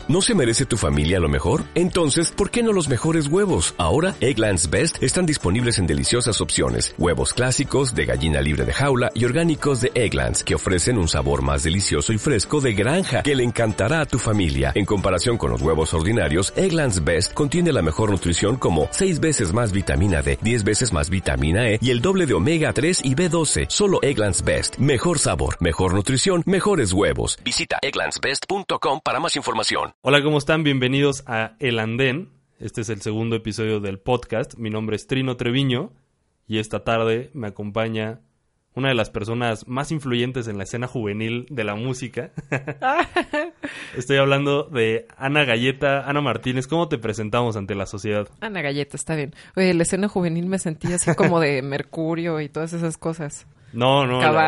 ¿No se merece tu familia lo mejor? Entonces, ¿por qué no los mejores huevos? Ahora, Eggland's Best están disponibles en deliciosas opciones. Huevos clásicos, de gallina libre de jaula y orgánicos de Eggland's, que ofrecen un sabor más delicioso y fresco de granja que le encantará a tu familia. En comparación con los huevos ordinarios, Eggland's Best contiene la mejor nutrición como 6 veces más vitamina D, 10 veces más vitamina E y el doble de omega 3 y B12. Solo Eggland's Best. Mejor sabor, mejor nutrición, mejores huevos. Visita egglandsbest.com para más información. Hola, ¿cómo están? Bienvenidos a El Andén. Este es el segundo episodio del podcast. Mi nombre es Trino Treviño y esta tarde me acompaña una de las personas más influyentes en la escena juvenil de la música. Estoy hablando de Ana Galleta. Ana Martínez, ¿cómo te presentamos ante la sociedad? Ana Galleta, está bien. Oye, la escena juvenil me sentí así como de Mercurio y todas esas cosas. No.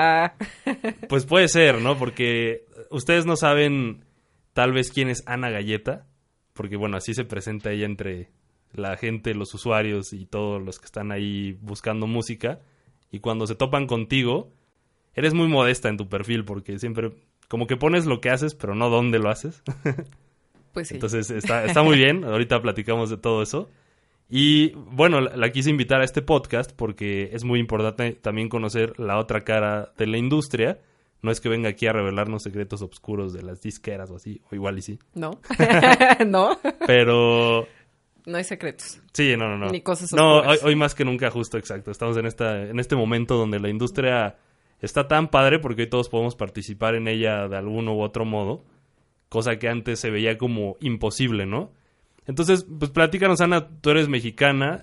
Pues puede ser, ¿no? Porque ustedes no saben tal vez quién es Ana Galleta, porque bueno, así se presenta ella entre la gente, los usuarios y todos los que están ahí buscando música. Y cuando se topan contigo, eres muy modesta en tu perfil, porque siempre como que pones lo que haces, pero no dónde lo haces. Pues sí. Entonces está muy bien, ahorita platicamos de todo eso. Y bueno, la quise invitar a este podcast porque es muy importante también conocer la otra cara de la industria. No es que venga aquí a revelarnos secretos oscuros de las disqueras o así, o igual y sí. No. No. Pero no hay secretos. Sí, no. Ni cosas oscuras. No, hoy más que nunca, justo, exacto. Estamos en este momento donde la industria está tan padre porque hoy todos podemos participar en ella de alguno u otro modo, cosa que antes se veía como imposible, ¿no? Entonces, pues platícanos, Ana, tú eres mexicana,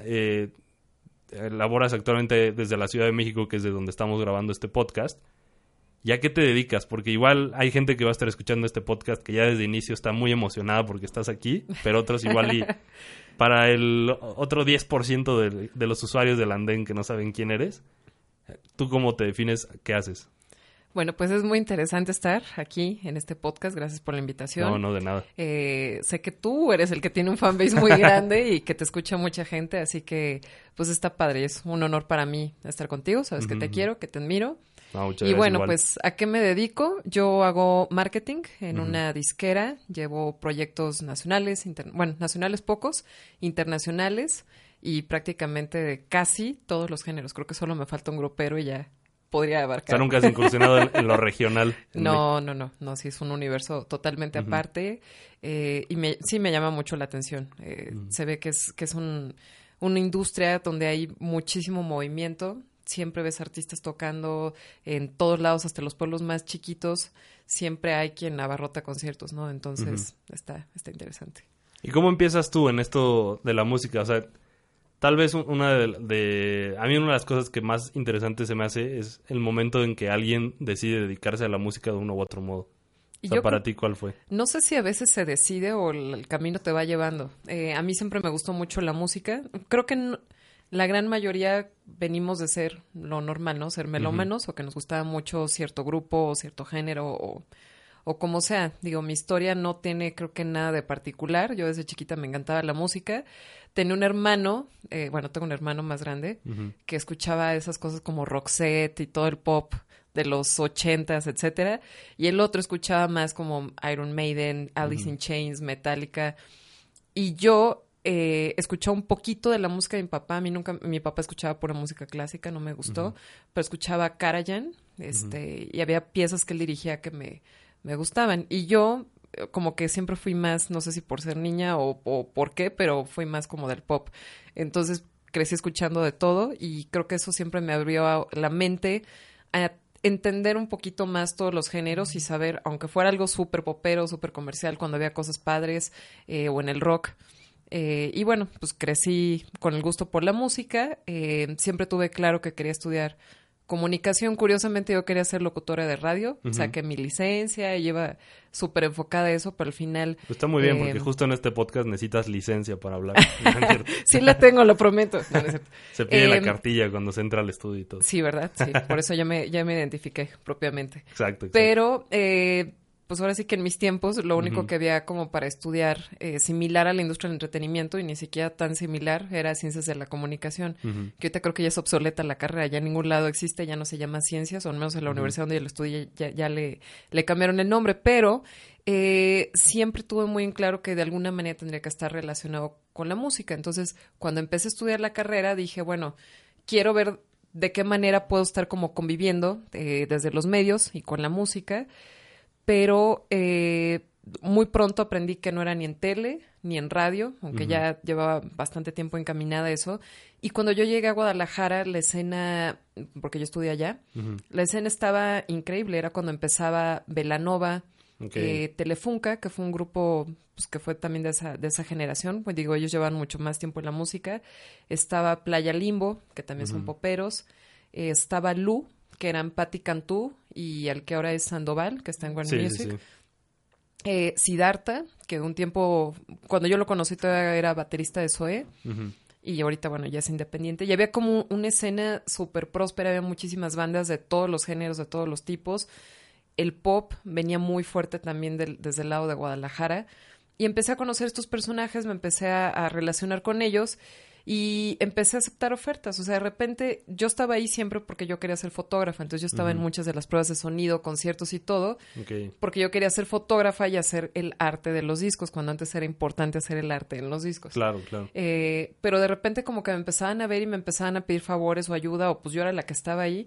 laboras actualmente desde la Ciudad de México, que es de donde estamos grabando este podcast. ¿Y a qué te dedicas? Porque igual hay gente que va a estar escuchando este podcast que ya desde inicio está muy emocionada porque estás aquí, pero otros igual y para el otro 10% de los usuarios del Andén que no saben quién eres, ¿tú cómo te defines? ¿Qué haces? Bueno, pues es muy interesante estar aquí en este podcast. Gracias por la invitación. No, de nada. Sé que tú eres el que tiene un fanbase muy grande y que te escucha mucha gente, así que pues está padre. Es un honor para mí estar contigo. Sabes que te quiero, que te admiro. Muchas y gracias, bueno, igual. Pues ¿a qué me dedico? Yo hago marketing en una disquera. Llevo proyectos nacionales, nacionales pocos, internacionales y prácticamente de casi todos los géneros. Creo que solo me falta un grupero y ya podría abarcar. O sea, nunca has incursionado en lo regional. No, sí, es un universo totalmente aparte y sí me llama mucho la atención. Se ve que es una industria donde hay muchísimo movimiento. Siempre ves artistas tocando en todos lados, hasta los pueblos más chiquitos. Siempre hay quien abarrota conciertos, ¿no? Entonces está interesante. ¿Y cómo empiezas tú en esto de la música? O sea, tal vez una a mí una de las cosas que más interesante se me hace es el momento en que alguien decide dedicarse a la música de uno u otro modo. O sea, para ti, ¿cuál fue? No sé si a veces se decide o el camino te va llevando. A mí siempre me gustó mucho la música. Creo que la gran mayoría venimos de ser lo normal, ¿no? Ser melómanos o que nos gustaba mucho cierto grupo o cierto género o como sea. Digo, mi historia no tiene creo que nada de particular. Yo desde chiquita me encantaba la música. Tenía un hermano, tengo un hermano más grande que escuchaba esas cosas como Roxette y todo el pop de los 80s, etcétera. Y el otro escuchaba más como Iron Maiden, Alice in Chains, Metallica. Y yo escuchaba un poquito de la música de mi papá. Mi papá escuchaba pura música clásica, no me gustó, pero escuchaba Karajan, y había piezas que él dirigía que me gustaban. Y yo como que siempre fui más, no sé si por ser niña o por qué, pero fui más como del pop. Entonces crecí escuchando de todo y creo que eso siempre me abrió la mente a entender un poquito más todos los géneros y saber, aunque fuera algo súper popero, súper comercial, cuando había cosas padres o en el rock. Y bueno, pues crecí con el gusto por la música. Siempre tuve claro que quería estudiar comunicación. Curiosamente yo quería ser locutora de radio. Saqué mi licencia y iba súper enfocada a eso, pero al final... Está muy bien porque justo en este podcast necesitas licencia para hablar. Sí la tengo, lo prometo. No, se pide la cartilla cuando se entra al estudio y todo. Sí, ¿verdad? Sí, por eso ya me identifiqué propiamente. Exacto. Pero... pues ahora sí que en mis tiempos lo único Ujú. que había como para estudiar similar a la industria del entretenimiento y ni siquiera tan similar era ciencias de la comunicación, Ujú. que ahorita creo que ya es obsoleta la carrera, ya en ningún lado existe, ya no se llama ciencias, o al menos en la Ujú. universidad donde yo lo estudié ya le cambiaron el nombre, pero siempre tuve muy en claro que de alguna manera tendría que estar relacionado con la música. Entonces, cuando empecé a estudiar la carrera, dije, bueno, quiero ver de qué manera puedo estar como conviviendo desde los medios y con la música, pero muy pronto aprendí que no era ni en tele ni en radio, aunque Ujú. ya llevaba bastante tiempo encaminada a eso. Y cuando yo llegué a Guadalajara, la escena, porque yo estudié allá, Ujú. la escena estaba increíble. Era cuando empezaba Belanova, Ok. Telefunca, que fue un grupo pues, que fue también de esa generación. Pues digo, ellos llevan mucho más tiempo en la música. Estaba Playa Limbo, que también son Ujú. poperos. Estaba Lu, que eran Patti Cantú y el que ahora es Sandoval, que está en Warner Sí, Music. sí. Siddhartha, que un tiempo, cuando yo lo conocí todavía era baterista de Zoé. Ujú. Y ahorita, bueno, ya es independiente. Y había como una escena súper próspera, había muchísimas bandas de todos los géneros, de todos los tipos. El pop venía muy fuerte también desde el lado de Guadalajara. Y empecé a conocer estos personajes, me empecé a relacionar con ellos y empecé a aceptar ofertas. O sea, de repente yo estaba ahí siempre porque yo quería ser fotógrafa. Entonces yo estaba en Ujú. muchas de las pruebas de sonido, conciertos y todo, Ok. porque yo quería ser fotógrafa y hacer el arte de los discos, cuando antes era importante hacer el arte en los discos. Claro, claro. Pero de repente como que me empezaban a ver y me empezaban a pedir favores o ayuda, o pues yo era la que estaba ahí,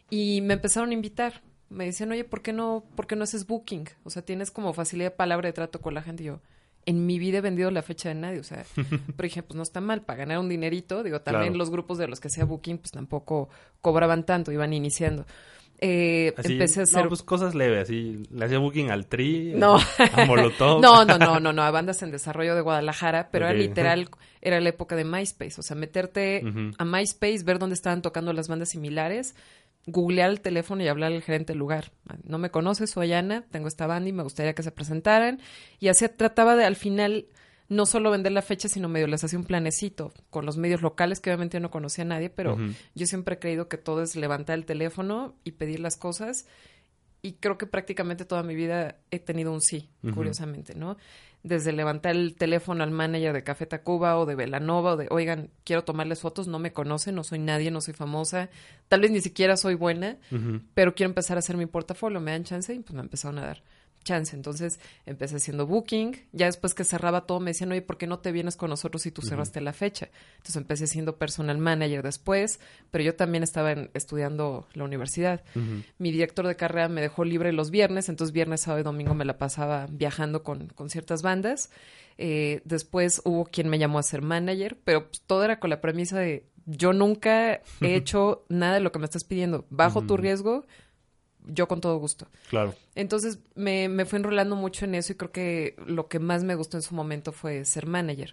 y me empezaron a invitar. Me decían, oye, ¿por qué no haces booking? O sea, tienes como facilidad de palabra de trato con la gente. Y yo, en mi vida he vendido la fecha de nadie, o sea, pero dije, pues no está mal, para ganar un dinerito. Digo, también Claro. los grupos de los que hacía booking, pues tampoco cobraban tanto, iban iniciando. Así, Empecé a hacer... no, pues cosas leves, así, le hacía booking al Tri, No. a Molotov. No, a bandas en desarrollo de Guadalajara, pero Ok. era literal, era la época de MySpace, o sea, meterte Ujú. a MySpace, ver dónde estaban tocando las bandas similares, googlear el teléfono y hablar al gerente del lugar. No me conoces, soy Ana, tengo esta banda y me gustaría que se presentaran. Y así trataba de, al final, no solo vender la fecha, sino medio les hacía un planecito con los medios locales, que obviamente yo no conocía a nadie, pero Ujú. yo siempre he creído que todo es levantar el teléfono y pedir las cosas. Y creo que prácticamente toda mi vida he tenido un sí, Ujú. curiosamente, ¿no? Desde levantar el teléfono al manager de Café Tacuba o de Belanova o de, oigan, quiero tomarles fotos, no me conocen, no soy nadie, no soy famosa, tal vez ni siquiera soy buena, Ujú. pero quiero empezar a hacer mi portafolio, me dan chance y pues me empezaron a dar chance. Entonces empecé haciendo booking, ya después que cerraba todo me decían, oye, ¿por qué no te vienes con nosotros si tú cerraste la fecha? Entonces empecé siendo personal manager después, pero yo también estaba estudiando la universidad. Ujú. Mi director de carrera me dejó libre los viernes, entonces viernes, sábado y domingo me la pasaba viajando con ciertas bandas. Después hubo quien me llamó a ser manager, pero pues, todo era con la premisa de yo nunca he hecho nada de lo que me estás pidiendo. Bajo tu riesgo, yo con todo gusto. Claro. Entonces me fui enrolando mucho en eso y creo que lo que más me gustó en su momento fue ser manager.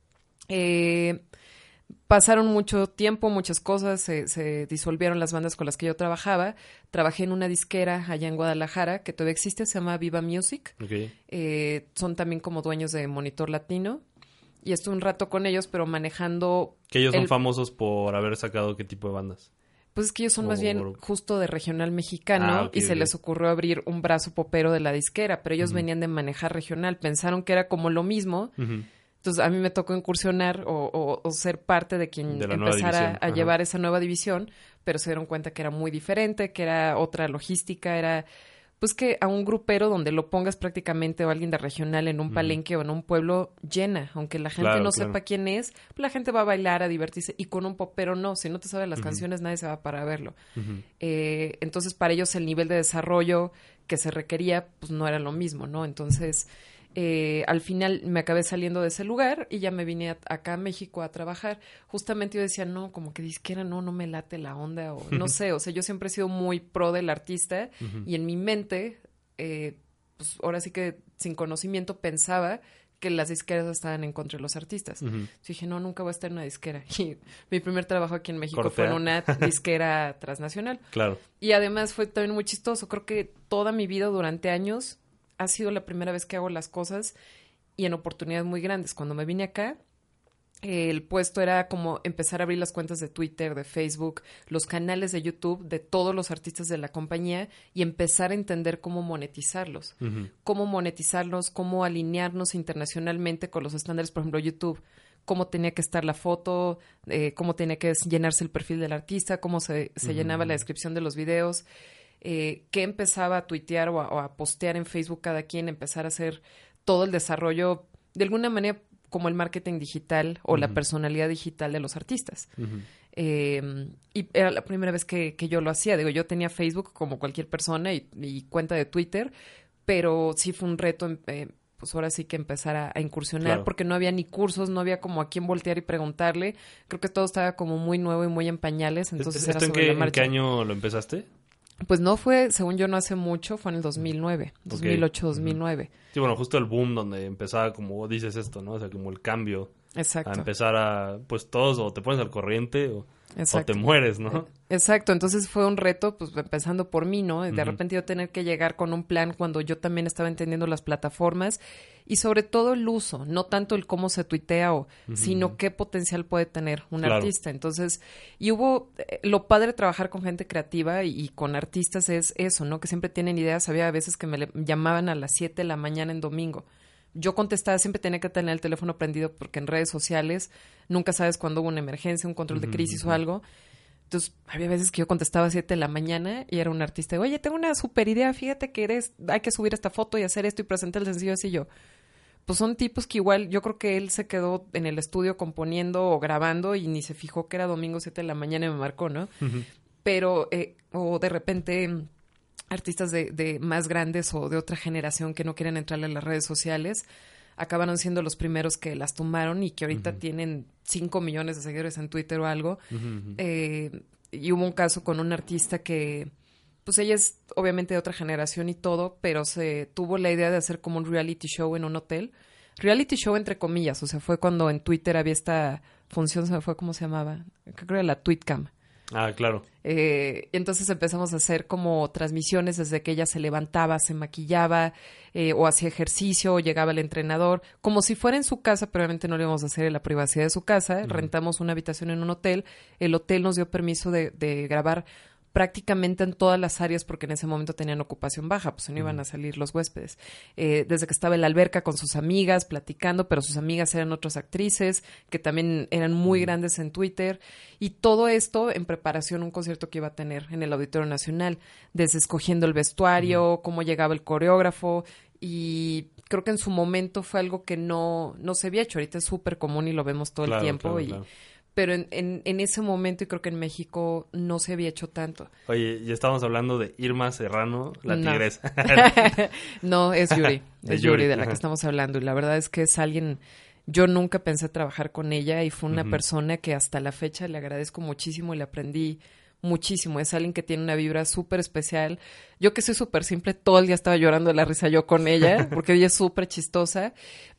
Pasaron mucho tiempo, muchas cosas, se disolvieron las bandas con las que yo trabajaba. Trabajé en una disquera allá en Guadalajara que todavía existe, se llama Viva Music. Ok. Son también como dueños de Monitor Latino. Y estuve un rato con ellos, pero manejando... Que ellos son famosos por haber sacado qué tipo de bandas. Pues es que ellos son más bien Por- justo de regional mexicano Ah, ok, y se ok. les ocurrió abrir un brazo popero de la disquera, pero ellos Ujú. venían de manejar regional, pensaron que era como lo mismo. Ujú. Entonces a mí me tocó incursionar o ser parte de quien De la nueva empezara división. a Ajá. llevar esa nueva división, pero se dieron cuenta que era muy diferente, que era otra logística, era pues que a un grupero donde lo pongas prácticamente o alguien de regional en un palenque o en un pueblo llena, aunque la gente Claro, no claro. sepa quién es, pues la gente va a bailar, a divertirse y con un popero no, si no te sabe las canciones nadie se va para verlo. Ujú. Entonces para ellos el nivel de desarrollo que se requería pues no era lo mismo, ¿no? Entonces al final me acabé saliendo de ese lugar y ya me vine acá a México a trabajar. Justamente yo decía, no, como que disquera, no me late la onda o no sé, o sea, yo siempre he sido muy pro del artista y en mi mente, pues ahora sí que sin conocimiento pensaba que las disqueras estaban en contra de los artistas. Ujú. Entonces dije, no, nunca voy a estar en una disquera. Y mi primer trabajo aquí en México Cortea. fue en una disquera transnacional. Claro. Y además fue también muy chistoso. Creo que toda mi vida durante años ha sido la primera vez que hago las cosas y en oportunidades muy grandes. Cuando me vine acá, El puesto era como empezar a abrir las cuentas de Twitter, de Facebook, los canales de YouTube de todos los artistas de la compañía y empezar a entender cómo monetizarlos. Cómo alinearnos internacionalmente con los estándares, por ejemplo, YouTube. Cómo tenía que estar la foto, cómo tenía que llenarse el perfil del artista, cómo se llenaba la descripción de los videos, qué empezaba a tuitear o a postear en Facebook cada quien, empezar a hacer todo el desarrollo, de alguna manera como el marketing digital o la personalidad digital de los artistas. Y era la primera vez que yo lo hacía. Digo, yo tenía Facebook como cualquier persona y cuenta de Twitter, pero sí fue un reto, pues ahora sí que empezar a incursionar, porque no había ni cursos, no había como a quién voltear y preguntarle. Creo que todo estaba como muy nuevo y muy en pañales, entonces era sobre la marcha. ¿En qué año lo empezaste? Pues no fue, según yo, no hace mucho, fue en el 2009, 2008, 2009. Sí, bueno, justo el boom donde empezaba, como dices esto, ¿no? O sea, como el cambio. Exacto. A empezar a, pues todos o te pones al corriente o te mueres, ¿no? Exacto, entonces fue un reto, pues empezando por mí, ¿no? De repente yo tener que llegar con un plan cuando yo también estaba entendiendo las plataformas y sobre todo el uso, no tanto el cómo se tuitea, sino qué potencial puede tener un artista. Entonces, y hubo, lo padre de trabajar con gente creativa y con artistas es eso, ¿no? Que siempre tienen ideas. Había veces que me llamaban a las 7 de la mañana en domingo. Yo contestaba, siempre tenía que tener el teléfono prendido porque en redes sociales nunca sabes cuándo hubo una emergencia, un control de crisis o algo. Entonces, había veces que yo contestaba a 7 de la mañana y era un artista. Oye, tengo una super idea, fíjate que hay que subir esta foto y hacer esto y presentar el sencillo así. Yo, pues son tipos que igual, yo creo que él se quedó en el estudio componiendo o grabando y ni se fijó que era domingo 7 de la mañana y me marcó, ¿no? Pero, o de repente artistas de más grandes o de otra generación que no quieren entrarle a las redes sociales, acabaron siendo los primeros que las tomaron y que ahorita tienen 5 millones de seguidores en Twitter o algo. Y hubo un caso con un artista que, pues ella es obviamente de otra generación y todo, pero se tuvo la idea de hacer como un reality show en un hotel. Reality show entre comillas, o sea, fue cuando en Twitter había esta función, se me fue cómo se llamaba, creo que era la Tweetcam. Ah, claro. Entonces empezamos a hacer como transmisiones desde que ella se levantaba, se maquillaba o hacía ejercicio o llegaba el entrenador, como si fuera en su casa, pero obviamente no lo íbamos a hacer en la privacidad de su casa. Rentamos una habitación en un hotel. El hotel nos dio permiso de grabar prácticamente en todas las áreas porque en ese momento tenían ocupación baja, pues no iban a salir los huéspedes. Desde que estaba en la alberca con sus amigas platicando, pero sus amigas eran otras actrices que también eran muy grandes en Twitter y todo esto en preparación a un concierto que iba a tener en el Auditorio Nacional, desde escogiendo el vestuario, cómo llegaba el coreógrafo y creo que en su momento fue algo que no se había hecho. Ahorita es súper común y lo vemos todo el tiempo claro. Pero en ese momento, y creo que en México no se había hecho tanto. Oye, ya estábamos hablando de Irma Serrano, la tigresa. No, es Yuri. Es Yuri de la que estamos hablando. Y la verdad es que es alguien... Yo nunca pensé trabajar con ella y fue una persona que hasta la fecha le agradezco muchísimo y le aprendí muchísimo. Es alguien que tiene una vibra súper especial. Yo que soy súper simple, todo el día estaba llorando de la risa yo con ella, porque ella es súper chistosa.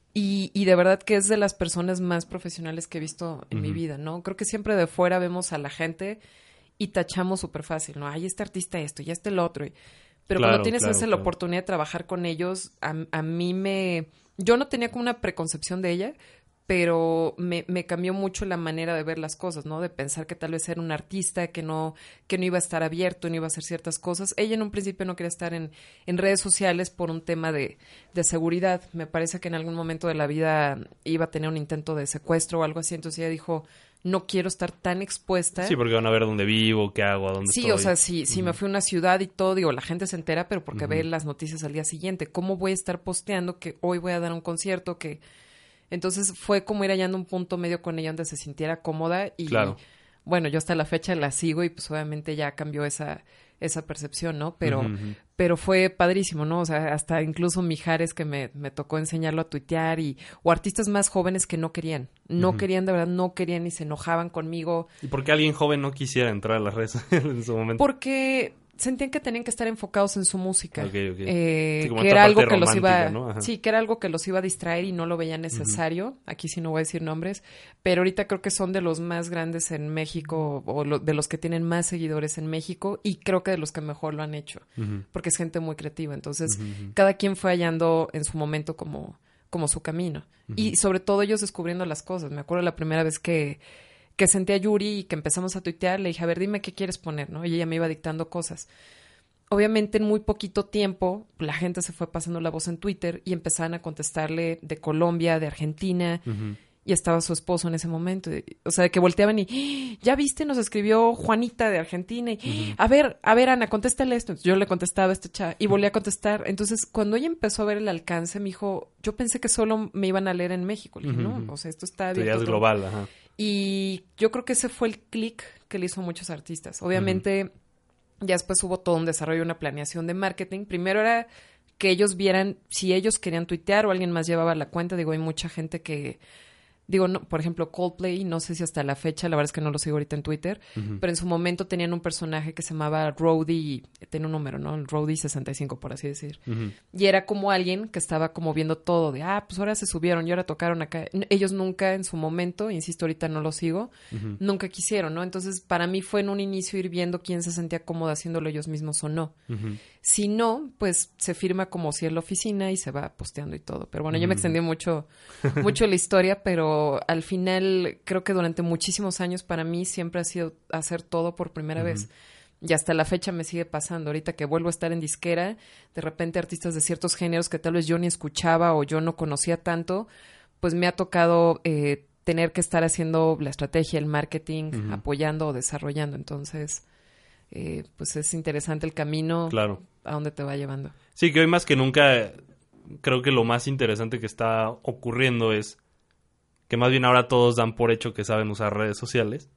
Y de verdad que es de las personas más profesionales que he visto en mi vida, ¿no? Creo que siempre de fuera vemos a la gente y tachamos súper fácil, ¿no? Ay, este artista esto, y este el otro. Pero cuando tienes la oportunidad de trabajar con ellos, a mí yo no tenía como una preconcepción de ella, pero me cambió mucho la manera de ver las cosas, ¿no? De pensar que tal vez era un artista que no iba a estar abierto, no iba a hacer ciertas cosas. Ella en un principio no quería estar en redes sociales por un tema de seguridad. Me parece que en algún momento de la vida iba a tener un intento de secuestro o algo así. Entonces ella dijo, no quiero estar tan expuesta. Sí, porque van a ver dónde vivo, qué hago, a dónde estoy. Sí, o sea, si me fui a una ciudad y todo, digo, la gente se entera, pero porque ve las noticias al día siguiente. ¿Cómo voy a estar posteando que hoy voy a dar un concierto, que... Entonces fue como ir hallando un punto medio con ella donde se sintiera cómoda y bueno, yo hasta la fecha la sigo y pues obviamente ya cambió esa percepción, ¿no? Pero fue padrísimo, ¿no? O sea, hasta incluso Mijares que me tocó enseñarlo a tuitear o artistas más jóvenes que no querían, de verdad, no querían y se enojaban conmigo. ¿Y por qué alguien joven no quisiera entrar a las redes en su momento? Porque sentían que tenían que estar enfocados en su música. Okay. Sí, que era algo que los iba... ¿no? Sí, que era algo que los iba a distraer y no lo veían necesario. Aquí sí no voy a decir nombres. Pero ahorita creo que son de los más grandes en México o de los que tienen más seguidores en México y creo que de los que mejor lo han hecho. Porque es gente muy creativa. Entonces, cada quien fue hallando en su momento como como su camino. Y sobre todo ellos descubriendo las cosas. Me acuerdo la primera vez que senté a Yuri y que empezamos a tuitear, le dije, a ver, dime qué quieres poner, ¿no? Y ella me iba dictando cosas. Obviamente en muy poquito tiempo la gente se fue pasando la voz en Twitter y empezaban a contestarle de Colombia, de Argentina, y estaba su esposo en ese momento. O sea, que volteaban y, ya viste, nos escribió Juanita de Argentina, y, a ver, Ana, contéstale esto. Entonces, yo le contestaba a este chava y volví a contestar. Entonces, cuando ella empezó a ver el alcance, me dijo, yo pensé que solo me iban a leer en México. Le dije, no, o sea, esto está abierto. Ya es global, ajá. Y yo creo que ese fue el clic que le hizo a muchos artistas. Obviamente, ya después hubo todo un desarrollo, una planeación de marketing. Primero era que ellos vieran si ellos querían tuitear o alguien más llevaba la cuenta. Digo, hay mucha gente que... Digo, no, por ejemplo, Coldplay, no sé si hasta la fecha, la verdad es que no lo sigo ahorita en Twitter, pero en su momento tenían un personaje que se llamaba Rowdy, tenía un número, ¿no? El Rowdy 65, por así decir. Y era como alguien que estaba como viendo todo, de, pues ahora se subieron y ahora tocaron acá. Ellos nunca en su momento, insisto, ahorita no lo sigo, nunca quisieron, ¿no? Entonces, para mí fue en un inicio ir viendo quién se sentía cómodo haciéndolo ellos mismos o no. Si no, pues se firma como si es la oficina y se va posteando y todo. Pero bueno, yo me extendí mucho la historia, pero al final creo que durante muchísimos años para mí siempre ha sido hacer todo por primera vez. Y hasta la fecha me sigue pasando. Ahorita que vuelvo a estar en disquera, de repente artistas de ciertos géneros que tal vez yo ni escuchaba o yo no conocía tanto, pues me ha tocado tener que estar haciendo la estrategia, el marketing, apoyando o desarrollando. Entonces, pues es interesante el camino, claro, a dónde te va llevando. Sí, que hoy más que nunca creo que lo más interesante que está ocurriendo es que más bien ahora todos dan por hecho que saben usar redes sociales,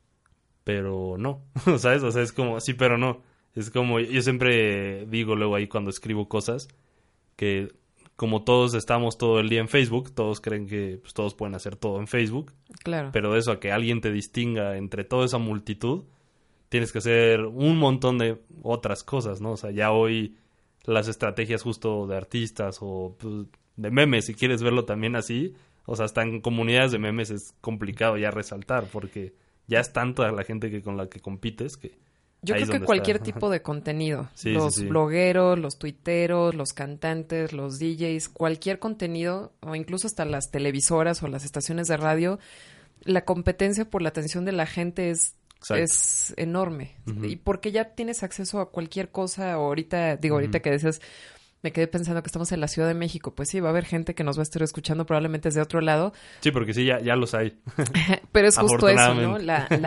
pero no, ¿sabes? O sea, es como, sí, pero no. Es como, yo siempre digo luego ahí cuando escribo cosas, que como todos estamos todo el día en Facebook, todos creen que pues, todos pueden hacer todo en Facebook. Claro. Pero de eso a que alguien te distinga entre toda esa multitud, tienes que hacer un montón de otras cosas, ¿no? O sea, ya hoy las estrategias justo de artistas o pues, de memes, si quieres verlo también así, o sea, hasta en comunidades de memes es complicado ya resaltar porque ya es tanta la gente con la que compites que... Yo creo que cualquier tipo de contenido, sí, los sí. blogueros, los tuiteros, los cantantes, los DJs, cualquier contenido o incluso hasta las televisoras o las estaciones de radio, la competencia por la atención de la gente es enorme. Y porque ya tienes acceso a cualquier cosa, ahorita que decías, me quedé pensando que estamos en la Ciudad de México, pues sí, va a haber gente que nos va a estar escuchando probablemente desde otro lado. Sí, porque sí, ya los hay. Pero es justo eso, ¿no?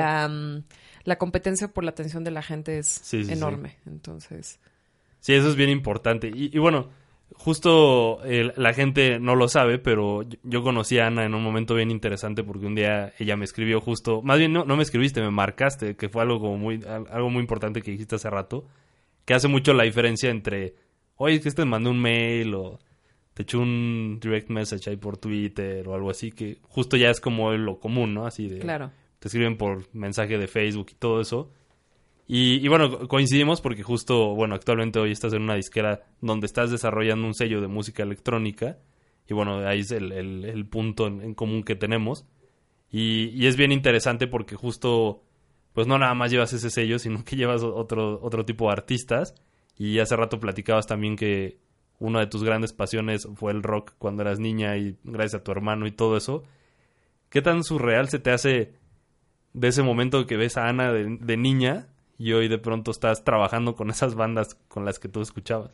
La competencia por la atención de la gente es enorme, sí. Entonces... Sí, eso es bien importante. Y bueno, justo la gente no lo sabe, pero yo conocí a Ana en un momento bien interesante porque un día ella me escribió justo... Más bien, no me escribiste, me marcaste, que fue algo muy importante que dijiste hace rato, que hace mucho la diferencia entre... Oye, es que te mandé un mail o te eché un direct message ahí por Twitter o algo así, que justo ya es como lo común, ¿no? Así de... Claro. Te escriben por mensaje de Facebook y todo eso. Y bueno, coincidimos porque justo, bueno, actualmente hoy estás en una disquera donde estás desarrollando un sello de música electrónica. Y bueno, ahí es el punto en común que tenemos. Y es bien interesante porque justo, pues no nada más llevas ese sello, sino que llevas otro tipo de artistas. Y hace rato platicabas también que una de tus grandes pasiones fue el rock cuando eras niña y gracias a tu hermano y todo eso. ¿Qué tan surreal se te hace de ese momento que ves a Ana de niña y hoy de pronto estás trabajando con esas bandas con las que tú escuchabas?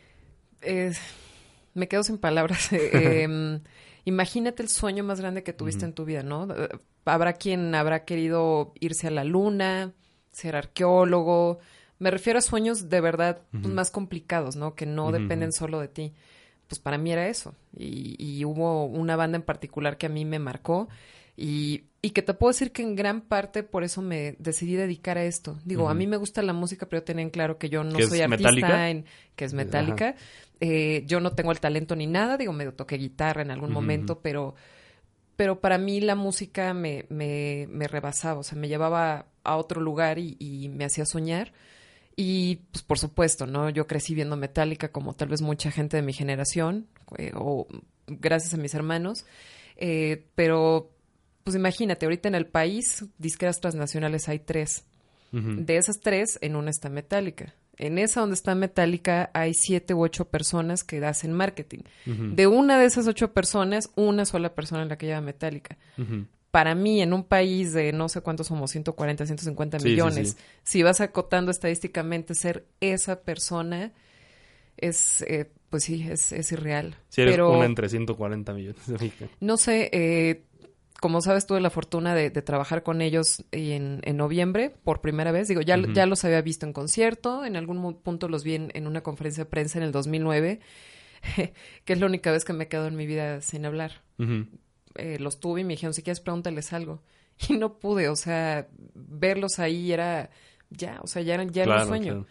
Me quedo sin palabras. Imagínate el sueño más grande que tuviste en tu vida, ¿no? Habrá quien habrá querido irse a la luna, ser arqueólogo. Me refiero a sueños de verdad pues, más complicados, ¿no? Que no dependen solo de ti. Pues para mí era eso. Y hubo una banda en particular que a mí me marcó y que te puedo decir que en gran parte por eso me decidí dedicar a esto. Digo, a mí me gusta la música, pero tienen claro que yo no soy artista que es Metallica. Yo no tengo el talento ni nada. Digo, me toqué guitarra en algún momento, pero para mí la música me rebasaba. O sea, me llevaba a otro lugar y me hacía soñar. Y, pues, por supuesto, ¿no? Yo crecí viendo Metallica como tal vez mucha gente de mi generación, o gracias a mis hermanos. Pero, pues, imagínate, ahorita en el país, disqueras transnacionales hay 3. De esas 3, en una está Metallica. En esa donde está Metallica hay 7 u 8 personas que hacen marketing. De una de esas 8 personas, una sola persona es la que lleva Metallica. Para mí, en un país de no sé cuántos somos, 140, 150 millones, si vas acotando estadísticamente ser esa persona, es, pues sí, es irreal. Si eres una entre 140 millones de mexicanos. No sé, como sabes, tuve la fortuna de trabajar con ellos en noviembre por primera vez. Digo, ya los había visto en concierto. En algún punto los vi en una conferencia de prensa en el 2009, que es la única vez que me he quedado en mi vida sin hablar. Los tuve y me dijeron, si quieres pregúntales algo. Y no pude, o sea, verlos ahí era ya, o sea, ya era un sueño. Claro.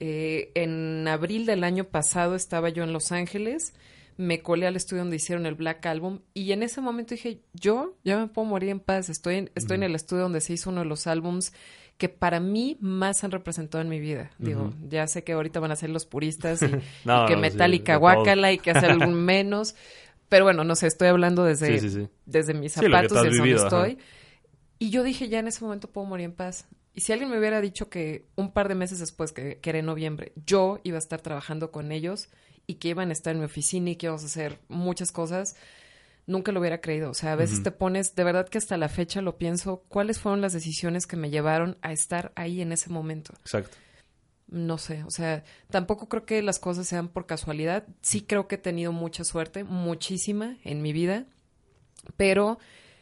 En abril del año pasado estaba yo en Los Ángeles, me colé al estudio donde hicieron el Black Album y en ese momento dije, yo ya me puedo morir en paz, estoy en el estudio donde se hizo uno de los álbums que para mí más han representado en mi vida. Digo, ya sé que ahorita van a ser los puristas y que Metallica guácala y que hacer algún menos, pero bueno, no sé, estoy hablando desde mis zapatos, desde donde estoy. Y yo dije, ya en ese momento puedo morir en paz. Y si alguien me hubiera dicho que un par de meses después, que era en noviembre, yo iba a estar trabajando con ellos y que iban a estar en mi oficina y que íbamos a hacer muchas cosas, nunca lo hubiera creído. O sea, a veces te pones, de verdad que hasta la fecha lo pienso, ¿cuáles fueron las decisiones que me llevaron a estar ahí en ese momento? Exacto. No sé, o sea, tampoco creo que las cosas sean por casualidad. Sí creo que he tenido mucha suerte, muchísima en mi vida, pero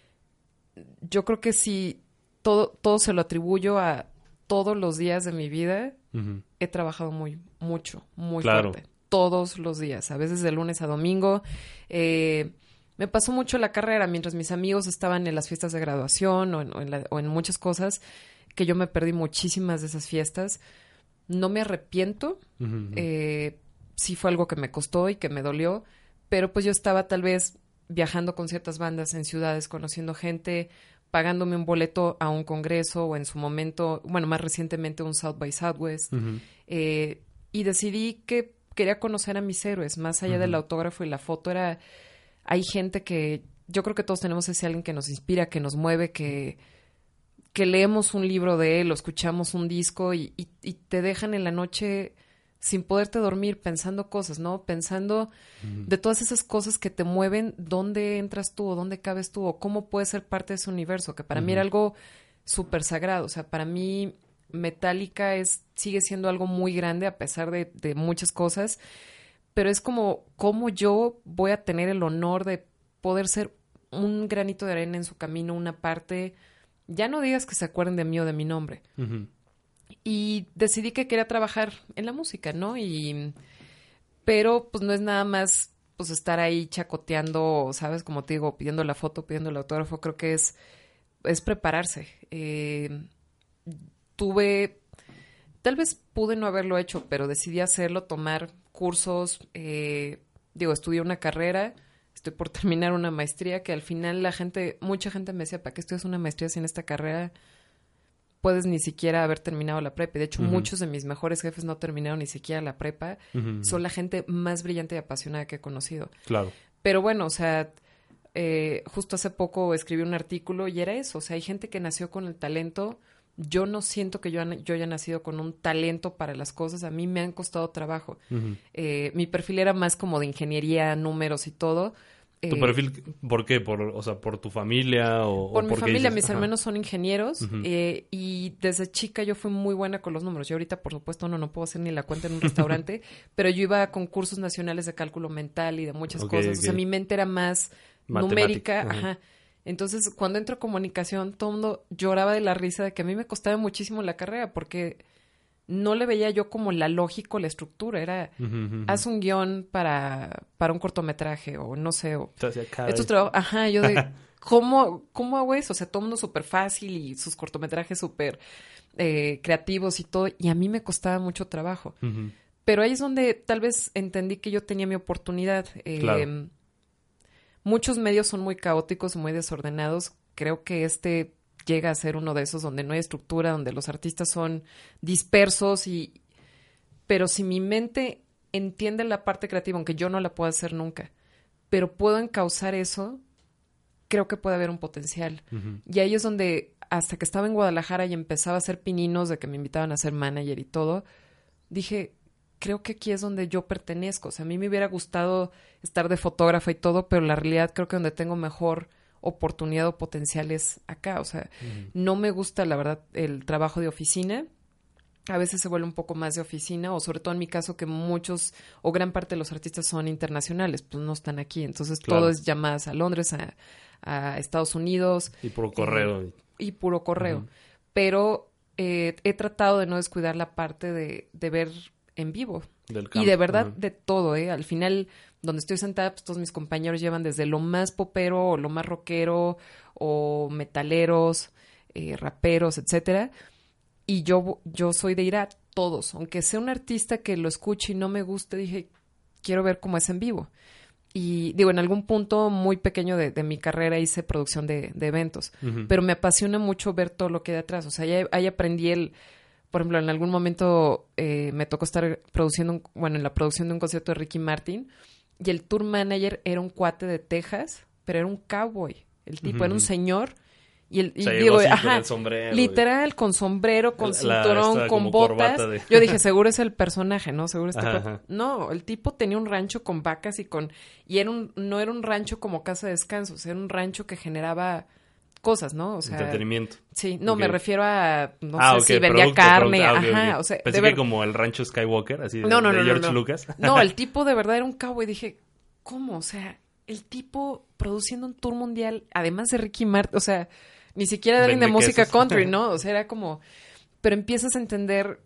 yo creo que sí, todo se lo atribuyo a todos los días de mi vida. He trabajado muy fuerte. Todos los días, a veces de lunes a domingo. Me pasó mucho la carrera mientras mis amigos estaban en las fiestas de graduación o en muchas cosas, que yo me perdí muchísimas de esas fiestas. No me arrepiento. Sí fue algo que me costó y que me dolió, pero pues yo estaba tal vez viajando con ciertas bandas en ciudades, conociendo gente, pagándome un boleto a un congreso o en su momento, bueno, más recientemente un South by Southwest. Y decidí que quería conocer a mis héroes, más allá del autógrafo y la foto. Hay gente que, yo creo que todos tenemos ese alguien que nos inspira, que nos mueve, que leemos un libro de él o escuchamos un disco y te dejan en la noche sin poderte dormir pensando cosas, ¿no? Pensando de todas esas cosas que te mueven, dónde entras tú o dónde cabes tú o cómo puedes ser parte de ese universo, que para mí era algo súper sagrado. O sea, para mí Metallica sigue siendo algo muy grande a pesar de muchas cosas, pero es como yo voy a tener el honor de poder ser un granito de arena en su camino, una parte. Ya no digas que se acuerden de mí o de mi nombre. Y decidí que quería trabajar en la música, ¿no? Pero pues no es nada más pues estar ahí chacoteando, ¿sabes? Como te digo, pidiendo la foto, pidiendo el autógrafo. Creo que es prepararse. Tal vez pude no haberlo hecho, pero decidí hacerlo, tomar cursos. Estudié una carrera. Estoy por terminar una maestría que al final mucha gente me decía, ¿para qué estudias una maestría si en esta carrera puedes ni siquiera haber terminado la prepa? Y de hecho, muchos de mis mejores jefes no terminaron ni siquiera la prepa. Son la gente más brillante y apasionada que he conocido. Claro. Pero bueno, o sea, justo hace poco escribí un artículo y era eso. O sea, hay gente que nació con el talento. Yo no siento que yo haya nacido con un talento para las cosas. A mí me han costado trabajo. Mi perfil era más como de ingeniería, números y todo. ¿Tu perfil por qué? ¿Por tu familia? Por mi familia. Mis hermanos son ingenieros. Y desde chica yo fui muy buena con los números. Yo ahorita, por supuesto, no puedo hacer ni la cuenta en un restaurante. Pero yo iba a concursos nacionales de cálculo mental y de muchas cosas. O sea, mi mente era más numérica. Entonces, cuando entro a comunicación, todo el mundo lloraba de la risa de que a mí me costaba muchísimo la carrera porque no le veía yo como la lógica, la estructura. Era, haz un guión para un cortometraje o no sé. Yo de, ¿cómo hago eso? O sea, todo el mundo súper fácil y sus cortometrajes súper creativos y todo. Y a mí me costaba mucho trabajo. Pero ahí es donde tal vez entendí que yo tenía mi oportunidad. Claro. Muchos medios son muy caóticos y muy desordenados. Creo que llega a ser uno de esos donde no hay estructura, donde los artistas son dispersos pero si mi mente entiende la parte creativa, aunque yo no la pueda hacer nunca, pero puedo encauzar eso, creo que puede haber un potencial. Y ahí es donde, hasta que estaba en Guadalajara y empezaba a hacer pininos de que me invitaban a ser manager y todo, dije, creo que aquí es donde yo pertenezco. O sea, a mí me hubiera gustado estar de fotógrafa y todo, pero la realidad creo que donde tengo mejor oportunidad o potencial es acá. O sea, no me gusta, la verdad, el trabajo de oficina. A veces se vuelve un poco más de oficina, o sobre todo en mi caso que muchos o gran parte de los artistas son internacionales, pues no están aquí. Entonces todo es llamadas a Londres, a Estados Unidos. Y puro correo. Y puro correo. Pero he tratado de no descuidar la parte de ver en vivo. Del campo. Y de verdad de todo, ¿eh? Al final, donde estoy sentada, pues todos mis compañeros llevan desde lo más popero o lo más rockero o metaleros, raperos, etcétera. Y yo soy de ir a todos. Aunque sea un artista que lo escuche y no me guste, dije, quiero ver cómo es en vivo. Y digo, en algún punto muy pequeño de mi carrera hice producción de eventos. Pero me apasiona mucho ver todo lo que hay detrás. O sea, ahí aprendí por ejemplo, en algún momento me tocó estar produciendo, en la producción de un concierto de Ricky Martin. Y el tour manager era un cuate de Texas, pero era un cowboy. El tipo era un señor. Y digo, con el sombrero, literal, con sombrero, con cinturón, con botas. Yo dije, seguro es el personaje, ¿no? Seguro No, el tipo tenía un rancho con vacas y no era un rancho como casa de descansos, era un rancho que generaba cosas, ¿no? O sea, entretenimiento. Sí, no, me refiero a, no sé si producto, vendía carne, okay. O sea, pensé que como el rancho Skywalker, así de George Lucas. No, el tipo de verdad era un cowboy, dije, ¿cómo? O sea, el tipo produciendo un tour mundial, además de Ricky Martin, o sea, ni siquiera de alguien de música country, ¿no? O sea, era como... Pero empiezas a entender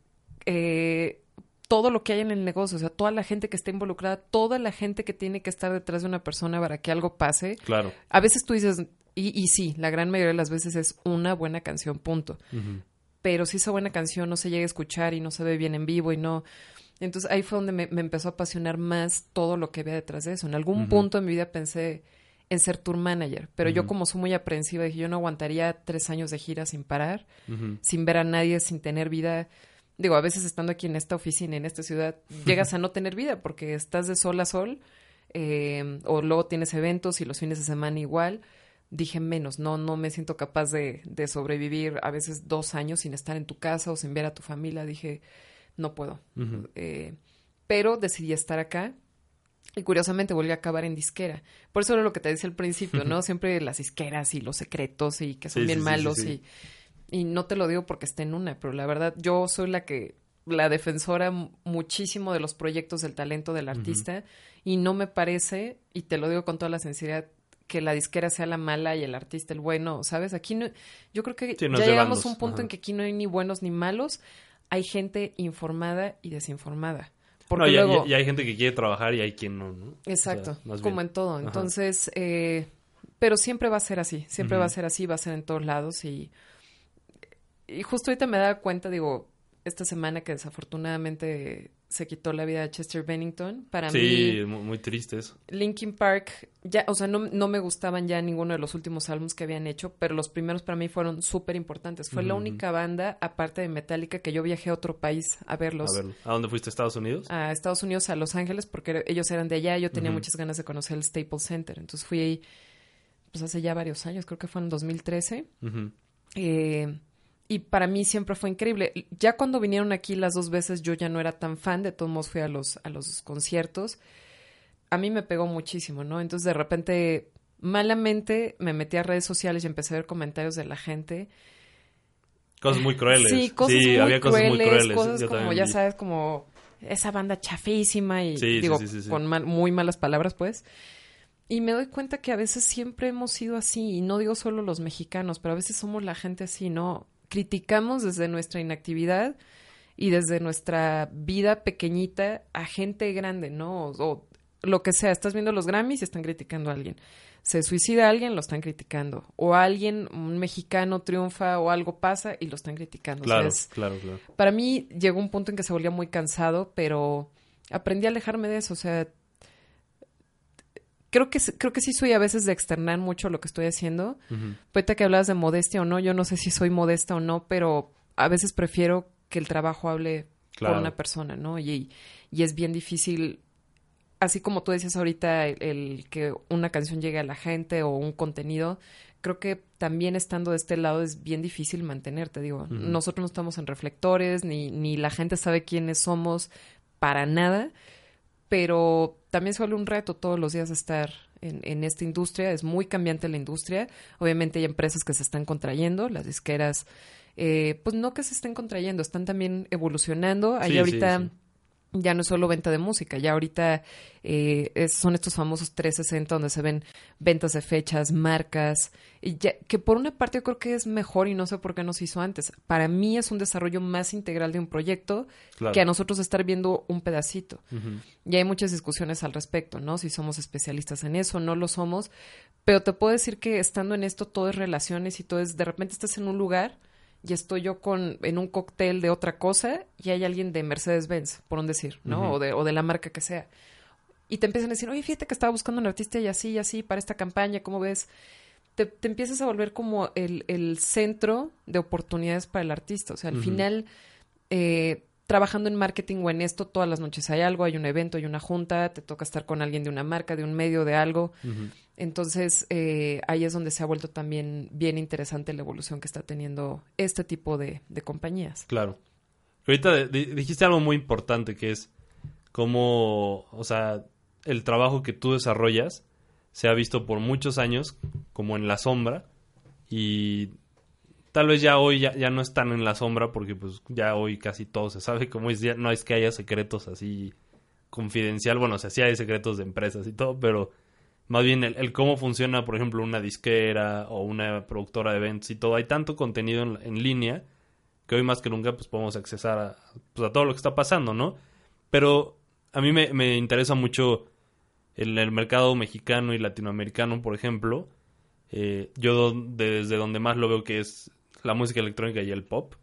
todo lo que hay en el negocio. O sea, toda la gente que está involucrada, toda la gente que tiene que estar detrás de una persona para que algo pase. Claro. A veces tú dices... Y sí, la gran mayoría de las veces es una buena canción, punto. Pero si esa buena canción no se llega a escuchar y no se ve bien en vivo y no... Entonces ahí fue donde me empezó a apasionar más todo lo que había detrás de eso. En algún punto de mi vida pensé... en ser tour manager, pero yo como soy muy aprensiva dije, yo no aguantaría 3 años de gira sin parar, sin ver a nadie, sin tener vida. Digo, a veces estando aquí en esta oficina, en esta ciudad, llegas a no tener vida porque estás de sol a sol, o luego tienes eventos y los fines de semana igual. Dije, menos, no me siento capaz de sobrevivir a veces 2 años sin estar en tu casa o sin ver a tu familia. Dije, no puedo. Pero decidí estar acá. Y curiosamente volví a acabar en disquera. Por eso era lo que te decía al principio, ¿no? Siempre las disqueras y los secretos y que son bien malos. Sí. Y no te lo digo porque esté en una, pero la verdad yo soy la defensora muchísimo de los proyectos del talento del artista. Y no me parece, y te lo digo con toda la sinceridad, que la disquera sea la mala y el artista el bueno, ¿sabes? Aquí no, yo creo que ya llegamos a un punto en que aquí no hay ni buenos ni malos. Hay gente informada y desinformada. Porque luego... y hay gente que quiere trabajar y hay quien no, ¿no? Exacto, o sea, como en todo. Entonces, pero siempre va a ser así, siempre va a ser así, va a ser en todos lados. Y justo ahorita me da cuenta, digo, esta semana que desafortunadamente se quitó la vida de Chester Bennington. Para mí... Sí, muy triste eso. Linkin Park, ya, o sea, no me gustaban ya ninguno de los últimos álbumes que habían hecho, pero los primeros para mí fueron súper importantes. Fue la única banda, aparte de Metallica, que yo viajé a otro país a verlos. ¿A dónde fuiste? ¿A Estados Unidos? A Estados Unidos, a Los Ángeles, porque ellos eran de allá. Yo tenía muchas ganas de conocer el Staples Center. Entonces fui ahí, pues hace ya varios años, creo que fue en 2013. Y para mí siempre fue increíble. Ya cuando vinieron aquí las 2 veces, yo ya no era tan fan. De todos modos fui a los conciertos. A mí me pegó muchísimo, ¿no? Entonces, de repente, malamente, me metí a redes sociales y empecé a ver comentarios de la gente. Cosas muy crueles. Sí, cosas muy había crueles, cosas muy crueles. Cosas como, ya sabes, como esa banda chafísima y, con muy malas palabras, pues. Y me doy cuenta que a veces siempre hemos sido así. Y no digo solo los mexicanos, pero a veces somos la gente así, ¿no? Criticamos desde nuestra inactividad y desde nuestra vida pequeñita a gente grande, ¿no? O lo que sea. Estás viendo los Grammys y están criticando a alguien. Se suicida alguien, lo están criticando. O alguien, un mexicano, triunfa o algo pasa y lo están criticando. Claro, o sea, claro. Para mí llegó un punto en que se volvía muy cansado, pero aprendí a alejarme de eso. O sea, creo que sí soy a veces de externar mucho lo que estoy haciendo. Ahorita que hablabas de modestia o no, yo no sé si soy modesta o no, pero a veces prefiero que el trabajo hable por una persona, ¿no? Y es bien difícil así como tú decías ahorita, el que una canción llegue a la gente o un contenido, creo que también estando de este lado es bien difícil mantenerte. Digo, nosotros no estamos en reflectores, ni la gente sabe quiénes somos para nada, pero también se vuelve un reto todos los días estar en esta industria. Es muy cambiante la industria. Obviamente hay empresas que se están contrayendo, las disqueras, pues no que se estén contrayendo, están también evolucionando. Ahí ahorita ya no es solo venta de música, ya ahorita son estos famosos 360 donde se ven ventas de fechas, marcas, y ya, que por una parte yo creo que es mejor y no sé por qué no se hizo antes. Para mí es un desarrollo más integral de un proyecto que a nosotros estar viendo un pedacito. Y hay muchas discusiones al respecto, ¿no? Si somos especialistas en eso, no lo somos, pero te puedo decir que estando en esto todo es relaciones y todo es, de repente estás en un lugar y estoy yo en un cóctel de otra cosa y hay alguien de Mercedes-Benz, por un decir, ¿no? O de la marca que sea. Y te empiezan a decir, oye, fíjate que estaba buscando un artista y así, para esta campaña, ¿cómo ves? Te empiezas a volver como el centro de oportunidades para el artista. O sea, al final, trabajando en marketing o en esto, todas las noches hay algo, hay un evento, hay una junta, te toca estar con alguien de una marca, de un medio, de algo. Entonces, ahí es donde se ha vuelto también bien interesante la evolución que está teniendo este tipo de compañías. Claro. Ahorita dijiste algo muy importante, que es cómo, o sea, el trabajo que tú desarrollas se ha visto por muchos años como en la sombra, y tal vez ya hoy ya no están en la sombra porque pues ya hoy casi todo se sabe. Como es, ya no es que haya secretos así confidencial. Bueno, o sea, sí hay secretos de empresas y todo, pero más bien el cómo funciona, por ejemplo, una disquera o una productora de eventos y todo. Hay tanto contenido en línea que hoy más que nunca pues podemos accesar a todo lo que está pasando, ¿no? Pero a mí me interesa mucho el mercado mexicano y latinoamericano, por ejemplo. Yo desde donde más lo veo, que es la música electrónica y el pop,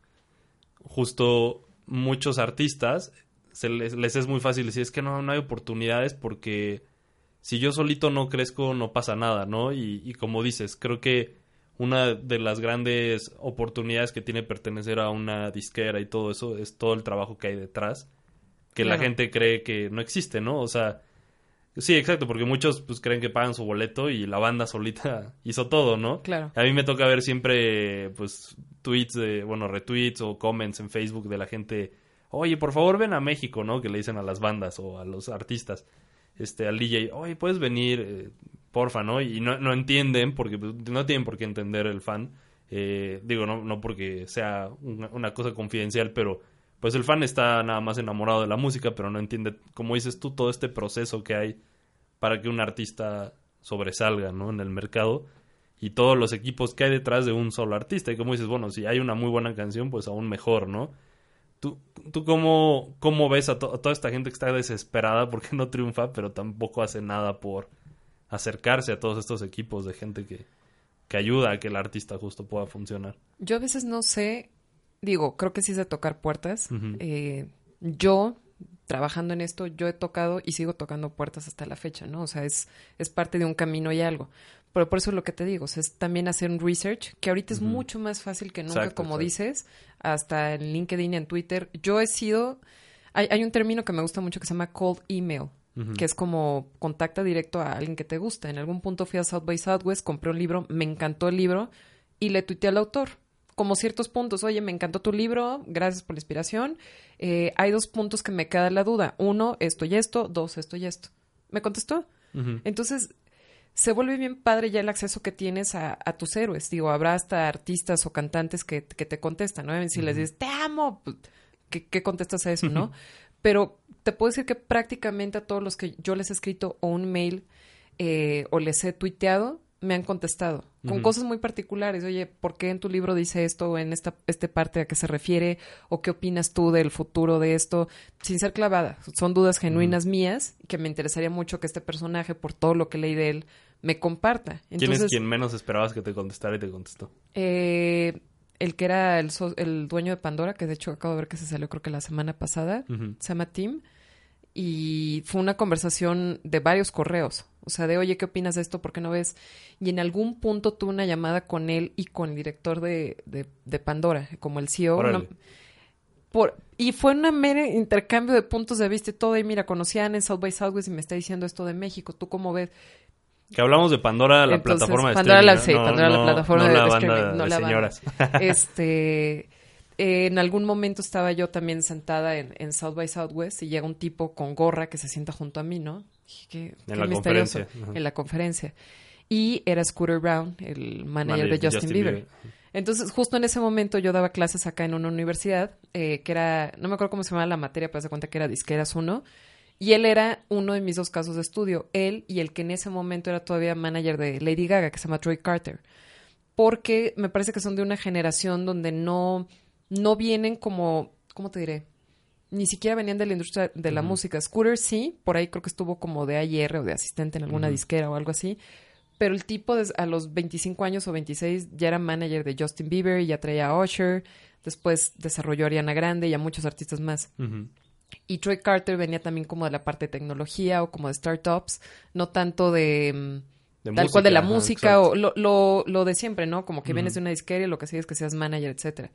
justo muchos artistas les es muy fácil decir, es que no hay oportunidades porque si yo solito no crezco no pasa nada, ¿no? Y como dices, creo que una de las grandes oportunidades que tiene pertenecer a una disquera y todo eso es todo el trabajo que hay detrás, que la gente cree que no existe, ¿no? O sea, sí, exacto, porque muchos pues creen que pagan su boleto y la banda solita hizo todo, ¿no? Claro. A mí me toca ver siempre pues retweets o comments en Facebook de la gente, oye, por favor ven a México, ¿no? Que le dicen a las bandas o a los artistas, al DJ, oye, puedes venir, porfa, ¿no? Y no entienden, porque pues, no tienen por qué entender el fan, digo, no porque sea una cosa confidencial, pero pues el fan está nada más enamorado de la música, pero no entiende, como dices tú, todo este proceso que hay para que un artista sobresalga, ¿no? En el mercado, y todos los equipos que hay detrás de un solo artista. Y como dices, bueno, si hay una muy buena canción, pues aún mejor, ¿no? ¿Tú cómo ves a toda esta gente que está desesperada porque no triunfa, pero tampoco hace nada por acercarse a todos estos equipos de gente que ayuda a que el artista justo pueda funcionar? Yo a veces no sé, digo, creo que sí es de tocar puertas. Yo, trabajando en esto, yo he tocado y sigo tocando puertas hasta la fecha, ¿no? O sea, es parte de un camino y algo. Pero por eso es lo que te digo, o sea, es también hacer un research, que ahorita es mucho más fácil que nunca, como dices, hasta en LinkedIn y en Twitter. Yo he sido... Hay un término que me gusta mucho que se llama cold email, que es como contacta directo a alguien que te gusta. En algún punto fui a South by Southwest, compré un libro, me encantó el libro y le tuiteé al autor. Como ciertos puntos, oye, me encantó tu libro, gracias por la inspiración. Hay 2 puntos que me queda la duda. 1, esto y esto. 2, esto y esto. ¿Me contestó? Entonces, se vuelve bien padre ya el acceso que tienes a tus héroes. Digo, habrá hasta artistas o cantantes que te contestan, ¿no? Si les dices, te amo, ¿qué contestas a eso, no? Pero te puedo decir que prácticamente a todos los que yo les he escrito o un mail o les he tuiteado, me han contestado con cosas muy particulares. Oye, ¿por qué en tu libro dice esto? ¿O en esta parte a qué se refiere? ¿O qué opinas tú del futuro de esto? Sin ser clavada. Son dudas genuinas mías que me interesaría mucho que este personaje, por todo lo que leí de él, me comparta. Entonces, ¿quién es quien menos esperabas que te contestara y te contestó? El que era el dueño de Pandora, que de hecho acabo de ver que se salió creo que la semana pasada, se llama Tim. Y fue una conversación de varios correos. O sea, de, oye, ¿qué opinas de esto? ¿Por qué no ves? Y en algún punto tuve una llamada con él y con el director de Pandora, como el CEO. Y fue un mero intercambio de puntos de vista y todo. Y mira, conocí a Ana en South by Southwest y me está diciendo esto de México. ¿Tú cómo ves? Que hablamos de Pandora, la Entonces, plataforma de Pandora, streaming. Pandora, la plataforma no de la banda streaming. No de la señoras. banda. En algún momento estaba yo también sentada en South by Southwest y llega un tipo con gorra que se sienta junto a mí, ¿no? Qué En la misterioso. conferencia. Ajá. En la conferencia. Y era Scooter Brown, el manager de Justin Bieber. Entonces, justo en ese momento yo daba clases acá en una universidad, que era, no me acuerdo cómo se llamaba la materia, pero se cuenta que era Disqueras 1, y él era uno de mis 2 casos de estudio, él y el que en ese momento era todavía manager de Lady Gaga, que se llama Troy Carter, porque me parece que son de una generación donde no vienen como, ¿cómo te diré? Ni siquiera venían de la industria de la música. Scooter sí, por ahí creo que estuvo como de AR o de asistente en alguna disquera o algo así. Pero el tipo a los 25 años o 26 ya era manager de Justin Bieber y ya traía a Usher. Después desarrolló a Ariana Grande y a muchos artistas más. Y Troy Carter venía también como de la parte de tecnología o como de startups. No tanto de tal música, cual de la música exacto. o lo de siempre, ¿no? Como que vienes de una disquera y lo que sigue es que seas manager, etcétera.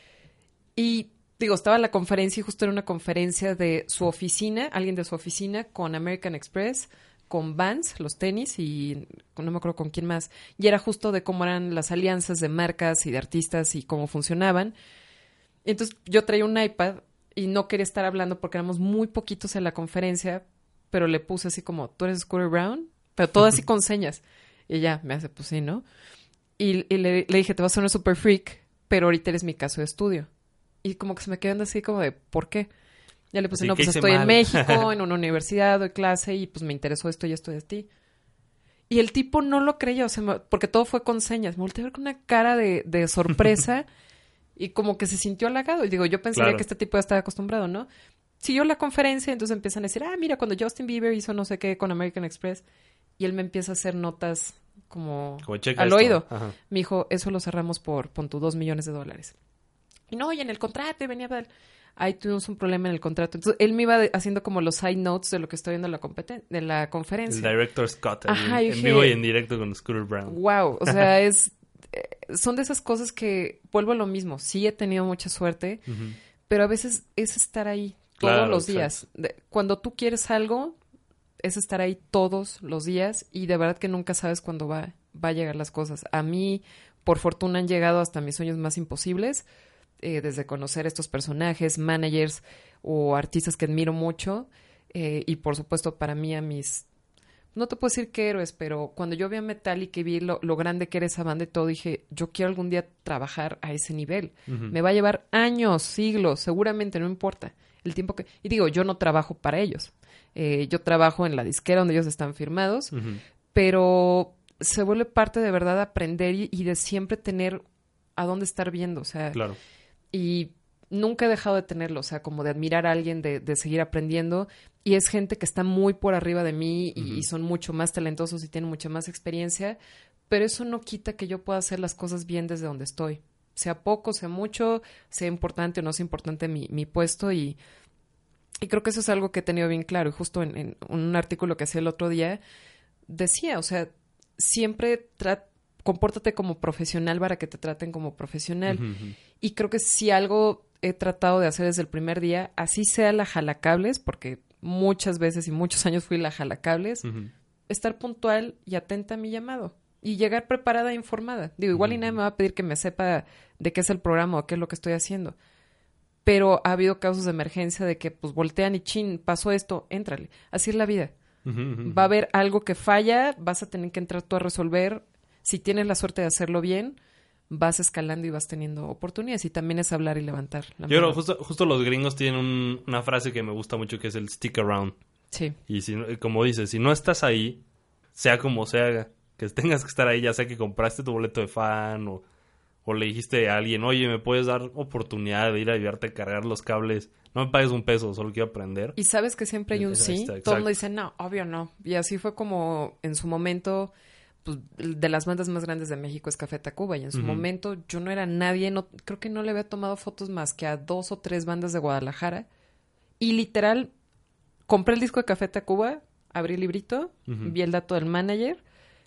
Y digo, estaba en la conferencia y justo era una conferencia de su oficina, alguien de su oficina, con American Express, con Vans, los tenis, y no me acuerdo con quién más. Y era justo de cómo eran las alianzas de marcas y de artistas y cómo funcionaban. Entonces yo traía un iPad y no quería estar hablando porque éramos muy poquitos en la conferencia, pero le puse así como, ¿tú eres Scooter Brown? Pero todo así con señas. Y ella me hace, pues sí, ¿no? Y le dije, te vas a sonar super freak, pero ahorita eres mi caso de estudio. Y como que se me quedan así como de, ¿por qué? Ya le puse, Así no, que pues hice estoy en mal. México, en una universidad, doy clase y pues me interesó esto y esto de ti. Y el tipo no lo creyó, o sea, porque todo fue con señas. Me volteé a ver con una cara de sorpresa y como que se sintió halagado. Y digo, yo pensaría Claro. que este tipo ya estaba acostumbrado, ¿no? Siguió la conferencia, entonces empiezan a decir, mira, cuando Justin Bieber hizo no sé qué con American Express, y él me empieza a hacer notas como checa al esto. oído. Ajá. Me dijo, eso lo cerramos por, pon tú, $2 millones. Y no, y en el contrato, y venía ahí tuvimos un problema en el contrato. Entonces, él me iba haciendo como los side notes de lo que estoy viendo de la El conferencia. director Scott, Ajá, en dije, vivo y en directo con Scooter Brown. Wow, o sea, son de esas cosas que vuelvo a lo mismo. Sí he tenido mucha suerte, pero a veces es estar ahí todos Claro, los días. Cuando tú quieres algo, es estar ahí todos los días y de verdad que nunca sabes cuándo va a llegar las cosas. A mí, por fortuna, han llegado hasta mis sueños más imposibles, desde conocer estos personajes, managers o artistas que admiro mucho, y por supuesto para mí a mis, no te puedo decir qué héroes, pero cuando yo vi a Metallica y vi lo grande que era esa banda y todo, dije, yo quiero algún día trabajar a ese nivel. Me va a llevar años, siglos, seguramente, no importa el tiempo que... Y digo, yo no trabajo para ellos. Yo trabajo en la disquera donde ellos están firmados, pero se vuelve parte de verdad de aprender y de siempre tener a dónde estar viendo, o sea... Claro. Y nunca he dejado de tenerlo, o sea, como de admirar a alguien, de seguir aprendiendo. Y es gente que está muy por arriba de mí y son mucho más talentosos y tienen mucha más experiencia. Pero eso no quita que yo pueda hacer las cosas bien desde donde estoy. Sea poco, sea mucho, sea importante o no sea importante mi puesto. Y creo que eso es algo que he tenido bien claro. Y justo en un artículo que hacía el otro día, decía, o sea, siempre compórtate como profesional para que te traten como profesional. Y creo que si algo he tratado de hacer desde el primer día, así sea la jalacables, porque muchas veces y muchos años fui la jalacables, estar puntual y atenta a mi llamado. Y llegar preparada e informada. Digo, igual y nadie me va a pedir que me sepa de qué es el programa o qué es lo que estoy haciendo. Pero ha habido casos de emergencia de que pues voltean y chin, pasó esto, éntrale. Así es la vida. Va a haber algo que falla, vas a tener que entrar tú a resolver. Si tienes la suerte de hacerlo bien, vas escalando y vas teniendo oportunidades. Y también es hablar y levantar la Yo mano. creo, justo los gringos tienen una frase que me gusta mucho, que es el stick around. Sí. Y como dices, si no estás ahí, sea como sea, que tengas que estar ahí, ya sea que compraste tu boleto de fan o le dijiste a alguien, oye, ¿me puedes dar oportunidad de ir a ayudarte a cargar los cables? No me pagues un peso, solo quiero aprender. Y sabes que siempre hay un sí. Exacto. Todo el mundo dice, no, obvio no. Y así fue como en su momento... Pues, de las bandas más grandes de México es Café Tacuba y en su momento yo no era nadie, creo que no le había tomado fotos más que a 2 o 3 bandas de Guadalajara y literal compré el disco de Café Tacuba, abrí el librito, vi el dato del manager,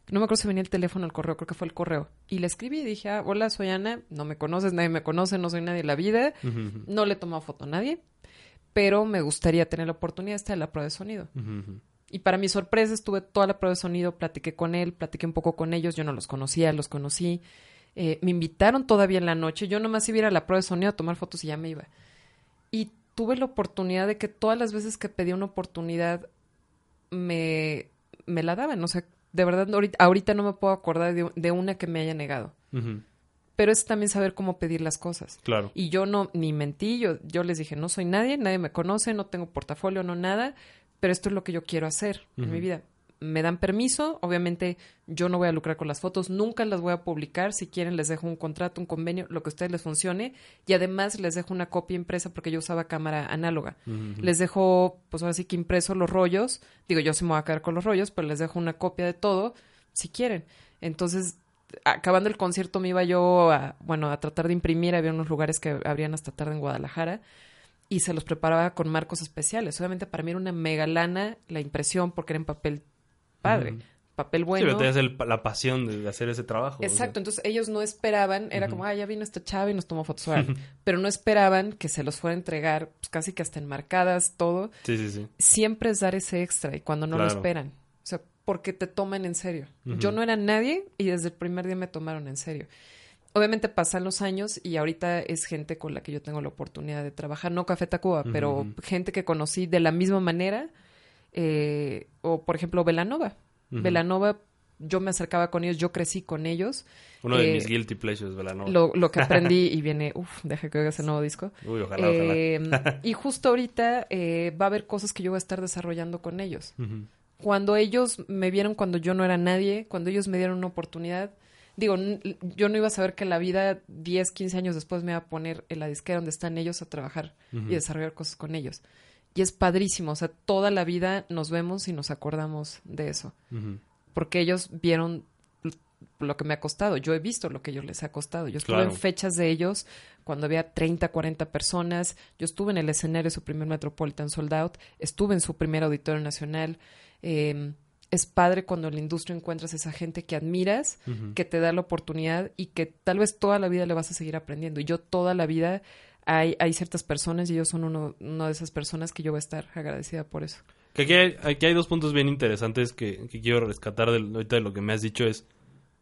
No me acuerdo si venía el teléfono o el correo, creo que fue el correo. Y le escribí y dije, hola, soy Ana, no me conoces, nadie me conoce, no soy nadie en la vida, no le he tomado foto a nadie, pero me gustaría tener la oportunidad de estar en la prueba de sonido. Y para mi sorpresa estuve toda la prueba de sonido, platiqué con él, platiqué un poco con ellos, yo no los conocía, los conocí. Me invitaron todavía en la noche, yo nomás iba a ir a la prueba de sonido a tomar fotos y ya me iba. Y tuve la oportunidad de que todas las veces que pedí una oportunidad me la daban, o sea, de verdad ahorita no me puedo acordar de una que me haya negado. Pero es también saber cómo pedir las cosas. Claro. Y yo ni mentí, yo les dije, no soy nadie me conoce, no tengo portafolio, no nada, pero esto es lo que yo quiero hacer en mi vida. Me dan permiso, obviamente yo no voy a lucrar con las fotos, nunca las voy a publicar, si quieren les dejo un contrato, un convenio, lo que a ustedes les funcione, y además les dejo una copia impresa porque yo usaba cámara análoga. Les dejo, pues ahora sí que impreso los rollos, digo, yo sí me voy a quedar con los rollos, pero les dejo una copia de todo, si quieren. Entonces, acabando el concierto me iba yo a tratar de imprimir, había unos lugares que abrían hasta tarde en Guadalajara, y se los preparaba con marcos especiales. Obviamente para mí era una mega lana la impresión porque era en papel padre, papel bueno. Sí, pero tenías la pasión de hacer ese trabajo. Exacto, o sea. Entonces ellos no esperaban, era como, ya vino esta chava y nos tomó fotos, pero no esperaban que se los fuera a entregar, pues casi que hasta enmarcadas, todo. Sí. Siempre es dar ese extra y cuando no lo esperan, o sea, porque te toman en serio. Yo no era nadie y desde el primer día me tomaron en serio. Obviamente pasan los años y ahorita es gente con la que yo tengo la oportunidad de trabajar, no Café Tacuba, pero gente que conocí de la misma manera. O por ejemplo Belanova. Belanova, yo me acercaba con ellos, yo crecí con ellos. Uno de mis guilty pleasures, Belanova. Lo que aprendí y viene, deja que oigas el nuevo disco. Uy, ojalá. Y justo ahorita va a haber cosas que yo voy a estar desarrollando con ellos. Cuando ellos me vieron cuando yo no era nadie, cuando ellos me dieron una oportunidad, digo, yo no iba a saber que la vida 10, 15 años después me iba a poner en la disquera donde están ellos a trabajar y desarrollar cosas con ellos. Y es padrísimo, o sea, toda la vida nos vemos y nos acordamos de eso. Porque ellos vieron lo que me ha costado. Yo he visto lo que a ellos les ha costado. Yo estuve en fechas de ellos cuando había 30, 40 personas. Yo estuve en el escenario de su primer Metropolitan Sold Out. Estuve en su primer Auditorio Nacional. Es padre cuando en la industria encuentras esa gente que admiras, que te da la oportunidad y que tal vez toda la vida le vas a seguir aprendiendo. Y yo toda la vida... Hay ciertas personas y ellos son una de esas personas que yo voy a estar agradecida por eso. Que aquí hay dos puntos bien interesantes que quiero rescatar ahorita de lo que me has dicho. Es,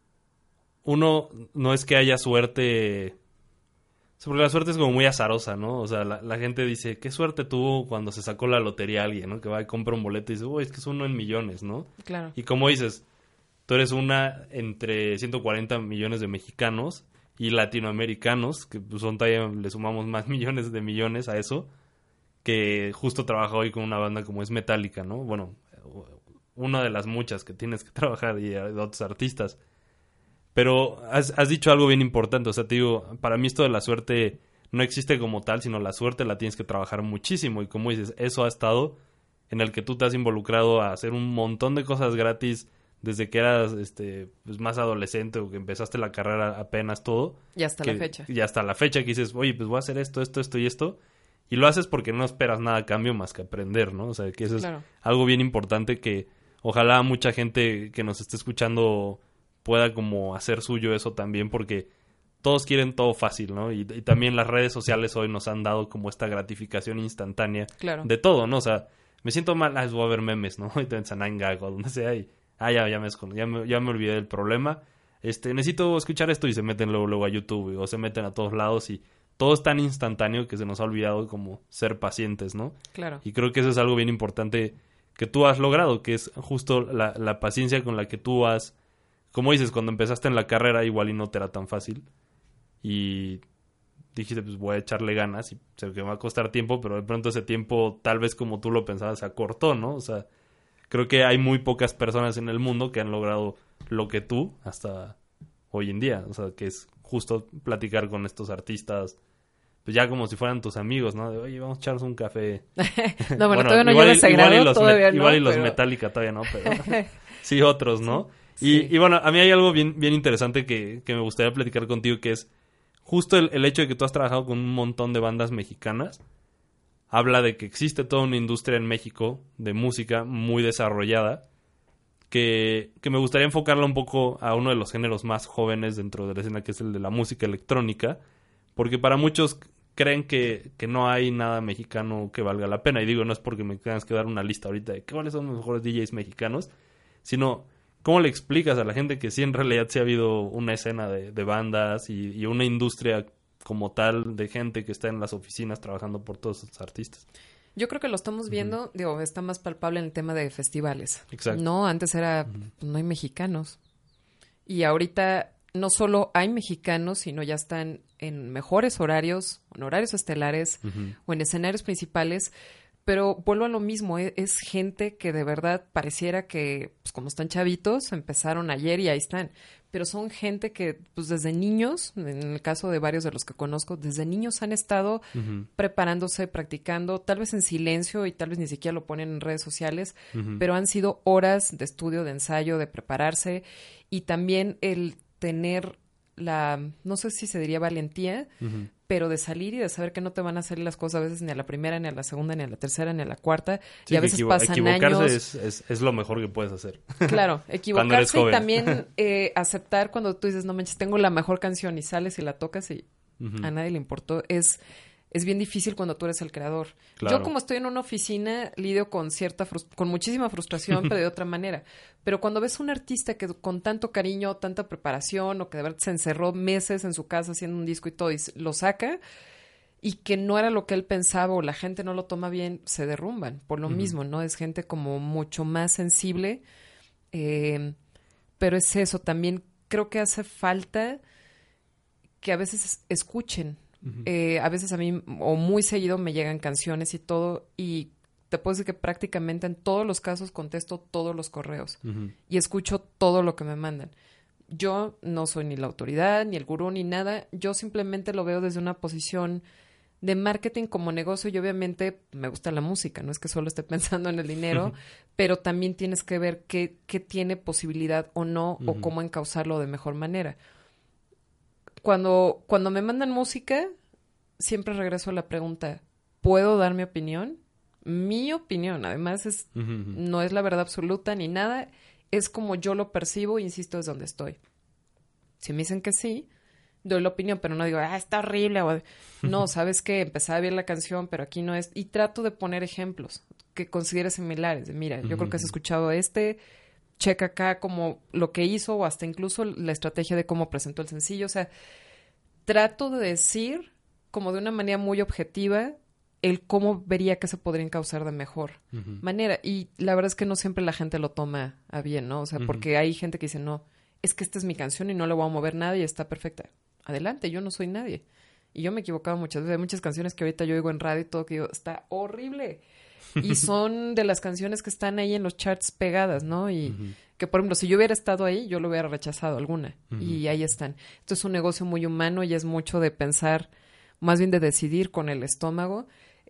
uno, no es que haya suerte, porque la suerte es como muy azarosa, ¿no? O sea, la gente dice, qué suerte tuvo cuando se sacó la lotería alguien, ¿no? Que va y compra un boleto y dice, es que es uno en millones, ¿no? Claro. Y como dices, tú eres una entre 140 millones de mexicanos y latinoamericanos, que pues todavía le sumamos más millones de millones a eso, que justo trabaja hoy con una banda como es Metallica, ¿no? Bueno, una de las muchas que tienes que trabajar y de otros artistas. Pero has dicho algo bien importante, o sea, te digo, para mí esto de la suerte no existe como tal, sino la suerte la tienes que trabajar muchísimo. Y como dices, eso ha estado en el que tú te has involucrado a hacer un montón de cosas gratis desde que eras pues más adolescente o que empezaste la carrera apenas todo. Y hasta la fecha. Y hasta la fecha que dices, oye, pues voy a hacer esto y esto. Y lo haces porque no esperas nada a cambio más que aprender, ¿no? O sea, que eso es algo bien importante que ojalá mucha gente que nos esté escuchando pueda como hacer suyo eso también, porque todos quieren todo fácil, ¿no? Y también las redes sociales hoy nos han dado como esta gratificación instantánea de todo, ¿no? O sea, me siento mal, voy a ver memes, ¿no? Ahorita en Sananga o donde sea y ya me olvidé del problema. Necesito escuchar esto y se meten luego a YouTube o se meten a todos lados y todo es tan instantáneo que se nos ha olvidado como ser pacientes, ¿no? Claro. Y creo que eso es algo bien importante que tú has logrado, que es justo la paciencia con la que tú has, como dices, cuando empezaste en la carrera igual y no te era tan fácil y dijiste, pues voy a echarle ganas y sé que me va a costar tiempo, pero de pronto ese tiempo tal vez como tú lo pensabas se acortó, ¿no? O sea, creo que hay muy pocas personas en el mundo que han logrado lo que tú hasta hoy en día. O sea, que es justo platicar con estos artistas, pues ya como si fueran tus amigos, ¿no? De, oye, vamos a echarnos un café. No, bueno, todavía no llega ese grado, todavía no. Igual y los Metallica todavía no, pero sí otros, ¿no? Sí. Y bueno, a mí hay algo bien interesante que me gustaría platicar contigo, que es justo el hecho de que tú has trabajado con un montón de bandas mexicanas. Habla de que existe toda una industria en México de música muy desarrollada, que me gustaría enfocarla un poco a uno de los géneros más jóvenes dentro de la escena, que es el de la música electrónica, porque para muchos creen que no hay nada mexicano que valga la pena. Y digo, no es porque me tengas que dar una lista ahorita de cuáles son los mejores DJs mexicanos, sino cómo le explicas a la gente que sí en realidad sí ha habido una escena de bandas y una industria como tal de gente que está en las oficinas trabajando por todos esos artistas. Yo creo que lo estamos viendo, digo, está más palpable en el tema de festivales. Exacto. No, antes era, no hay mexicanos. Y ahorita no solo hay mexicanos, sino ya están en mejores horarios, en horarios estelares o en escenarios principales. Pero vuelvo a lo mismo, es gente que de verdad pareciera que, pues como están chavitos, empezaron ayer y ahí están. Pero son gente que, pues desde niños, en el caso de varios de los que conozco, desde niños han estado preparándose, practicando, tal vez en silencio y tal vez ni siquiera lo ponen en redes sociales, pero han sido horas de estudio, de ensayo, de prepararse y también el tener la, no sé si se diría valentía, pero de salir y de saber que no te van a hacer las cosas a veces ni a la primera, ni a la segunda, ni a la tercera, ni a la cuarta. Sí, y a veces pasan equivocarse años. Es lo mejor que puedes hacer. Claro, equivocarse y también aceptar cuando tú dices, no manches, tengo la mejor canción y sales y la tocas y a nadie le importó. Es bien difícil cuando tú eres el creador. Claro. Yo como estoy en una oficina lidio con con muchísima frustración, pero de otra manera. Pero cuando ves un artista que con tanto cariño, tanta preparación, o que de verdad se encerró meses en su casa haciendo un disco y todo, y lo saca, y que no era lo que él pensaba o la gente no lo toma bien, se derrumban. Por lo mismo, ¿no? Es gente como mucho más sensible. Pero es eso, también creo que hace falta que a veces escuchen. A veces a mí, o muy seguido, me llegan canciones y todo, y te puedo decir que prácticamente en todos los casos contesto todos los correos y escucho todo lo que me mandan. Yo no soy ni la autoridad, ni el gurú, ni nada. Yo simplemente lo veo desde una posición de marketing como negocio y obviamente me gusta la música, no es que solo esté pensando en el dinero, pero también tienes que ver qué tiene posibilidad o no, o cómo encauzarlo de mejor manera. Cuando me mandan música, siempre regreso a la pregunta, ¿puedo dar mi opinión? Mi opinión, además, no es la verdad absoluta ni nada, es como yo lo percibo, insisto, es donde estoy. Si me dicen que sí, doy la opinión, pero no digo, está horrible. No, ¿sabes qué? Empecé a ver la canción, pero aquí no es. Y trato de poner ejemplos que considere similares. Mira, yo creo que has escuchado checa acá como lo que hizo o hasta incluso la estrategia de cómo presentó el sencillo. O sea, trato de decir como de una manera muy objetiva el cómo vería que se podrían causar de mejor manera. Y la verdad es que no siempre la gente lo toma a bien, ¿no? O sea, porque hay gente que dice, no, es que esta es mi canción y no le voy a mover nada y está perfecta. Adelante, yo no soy nadie. Y yo me he equivocado muchas veces. Hay muchas canciones que ahorita yo oigo en radio y todo que digo, está horrible. Y son de las canciones que están ahí en los charts pegadas, ¿no? Y que, por ejemplo, si yo hubiera estado ahí, yo lo hubiera rechazado alguna. Y ahí están. Esto es un negocio muy humano y es mucho de pensar, más bien de decidir con el estómago.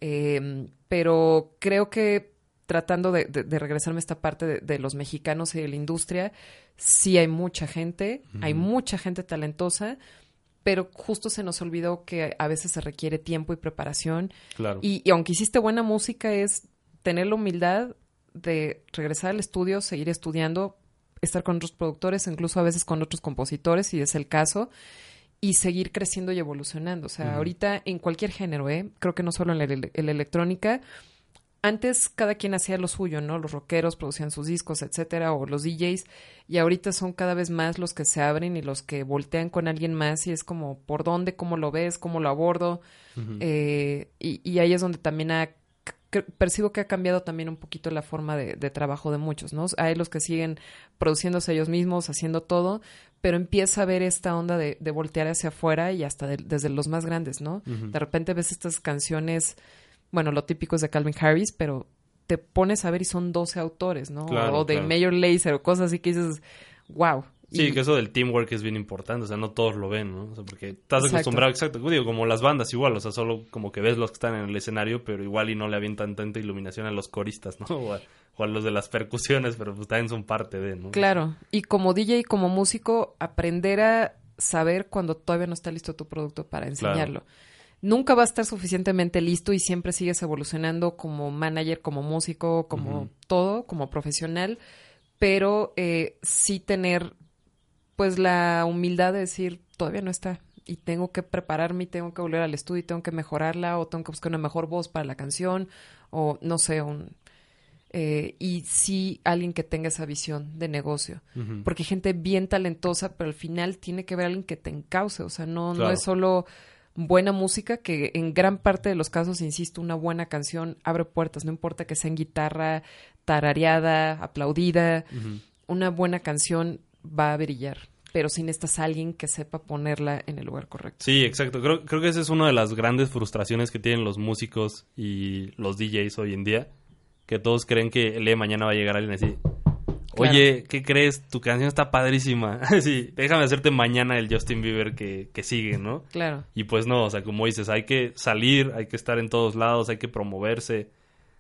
Pero creo que tratando de regresarme a esta parte de los mexicanos y de la industria, sí hay mucha gente talentosa, pero justo se nos olvidó que a veces se requiere tiempo y preparación. Claro. Y aunque hiciste buena música, es tener la humildad de regresar al estudio, seguir estudiando, estar con otros productores, incluso a veces con otros compositores, si es el caso, y seguir creciendo y evolucionando. O sea, ahorita en cualquier género, creo que no solo en la electrónica. Antes cada quien hacía lo suyo, ¿no? Los rockeros producían sus discos, etcétera, o los DJs, y ahorita son cada vez más los que se abren y los que voltean con alguien más y es como, ¿por dónde? ¿Cómo lo ves? ¿Cómo lo abordo? Y ahí es donde también percibo que ha cambiado también un poquito la forma de trabajo de muchos, ¿no? Hay los que siguen produciéndose ellos mismos, haciendo todo, pero empieza a ver esta onda de voltear hacia afuera y hasta desde los más grandes, ¿no? De repente ves estas canciones, bueno, lo típico es de Calvin Harris, pero te pones a ver y son 12 autores, ¿no? Claro, o de Major Lazer o cosas así que dices, wow. Sí, que eso del teamwork es bien importante, o sea, no todos lo ven, ¿no? O sea, porque estás acostumbrado, digo, como las bandas igual, o sea, solo como que ves los que están en el escenario, pero igual y no le avientan tanta iluminación a los coristas, ¿no? O a los de las percusiones, pero pues también son parte de, ¿no? Claro, y como DJ y como músico, aprender a saber cuando todavía no está listo tu producto para enseñarlo. Claro. Nunca va a estar suficientemente listo y siempre sigues evolucionando como manager, como músico, como todo, como profesional, pero sí tener pues la humildad de decir, todavía no está, y tengo que prepararme, y tengo que volver al estudio, y tengo que mejorarla, o tengo que buscar una mejor voz para la canción, o no sé, y sí alguien que tenga esa visión de negocio. Ujú. Porque hay gente bien talentosa, pero al final tiene que haber alguien que te encauce. O sea, no Claro. es solo buena música, que en gran parte de los casos, insisto, una buena canción abre puertas. No importa que sea en guitarra, tarareada, aplaudida. Ujú. Una buena canción va a brillar. Pero si necesitas a alguien que sepa ponerla en el lugar correcto. Sí, exacto. Creo que esa es una de las grandes frustraciones que tienen los músicos y los DJs hoy en día. Que todos creen que el día de mañana va a llegar alguien así. Oye, ¿qué crees? Tu canción está padrísima. Sí, déjame hacerte mañana el Justin Bieber que sigue, ¿no? Claro. Y pues no, o sea, como dices, hay que salir, hay que estar en todos lados, hay que promoverse.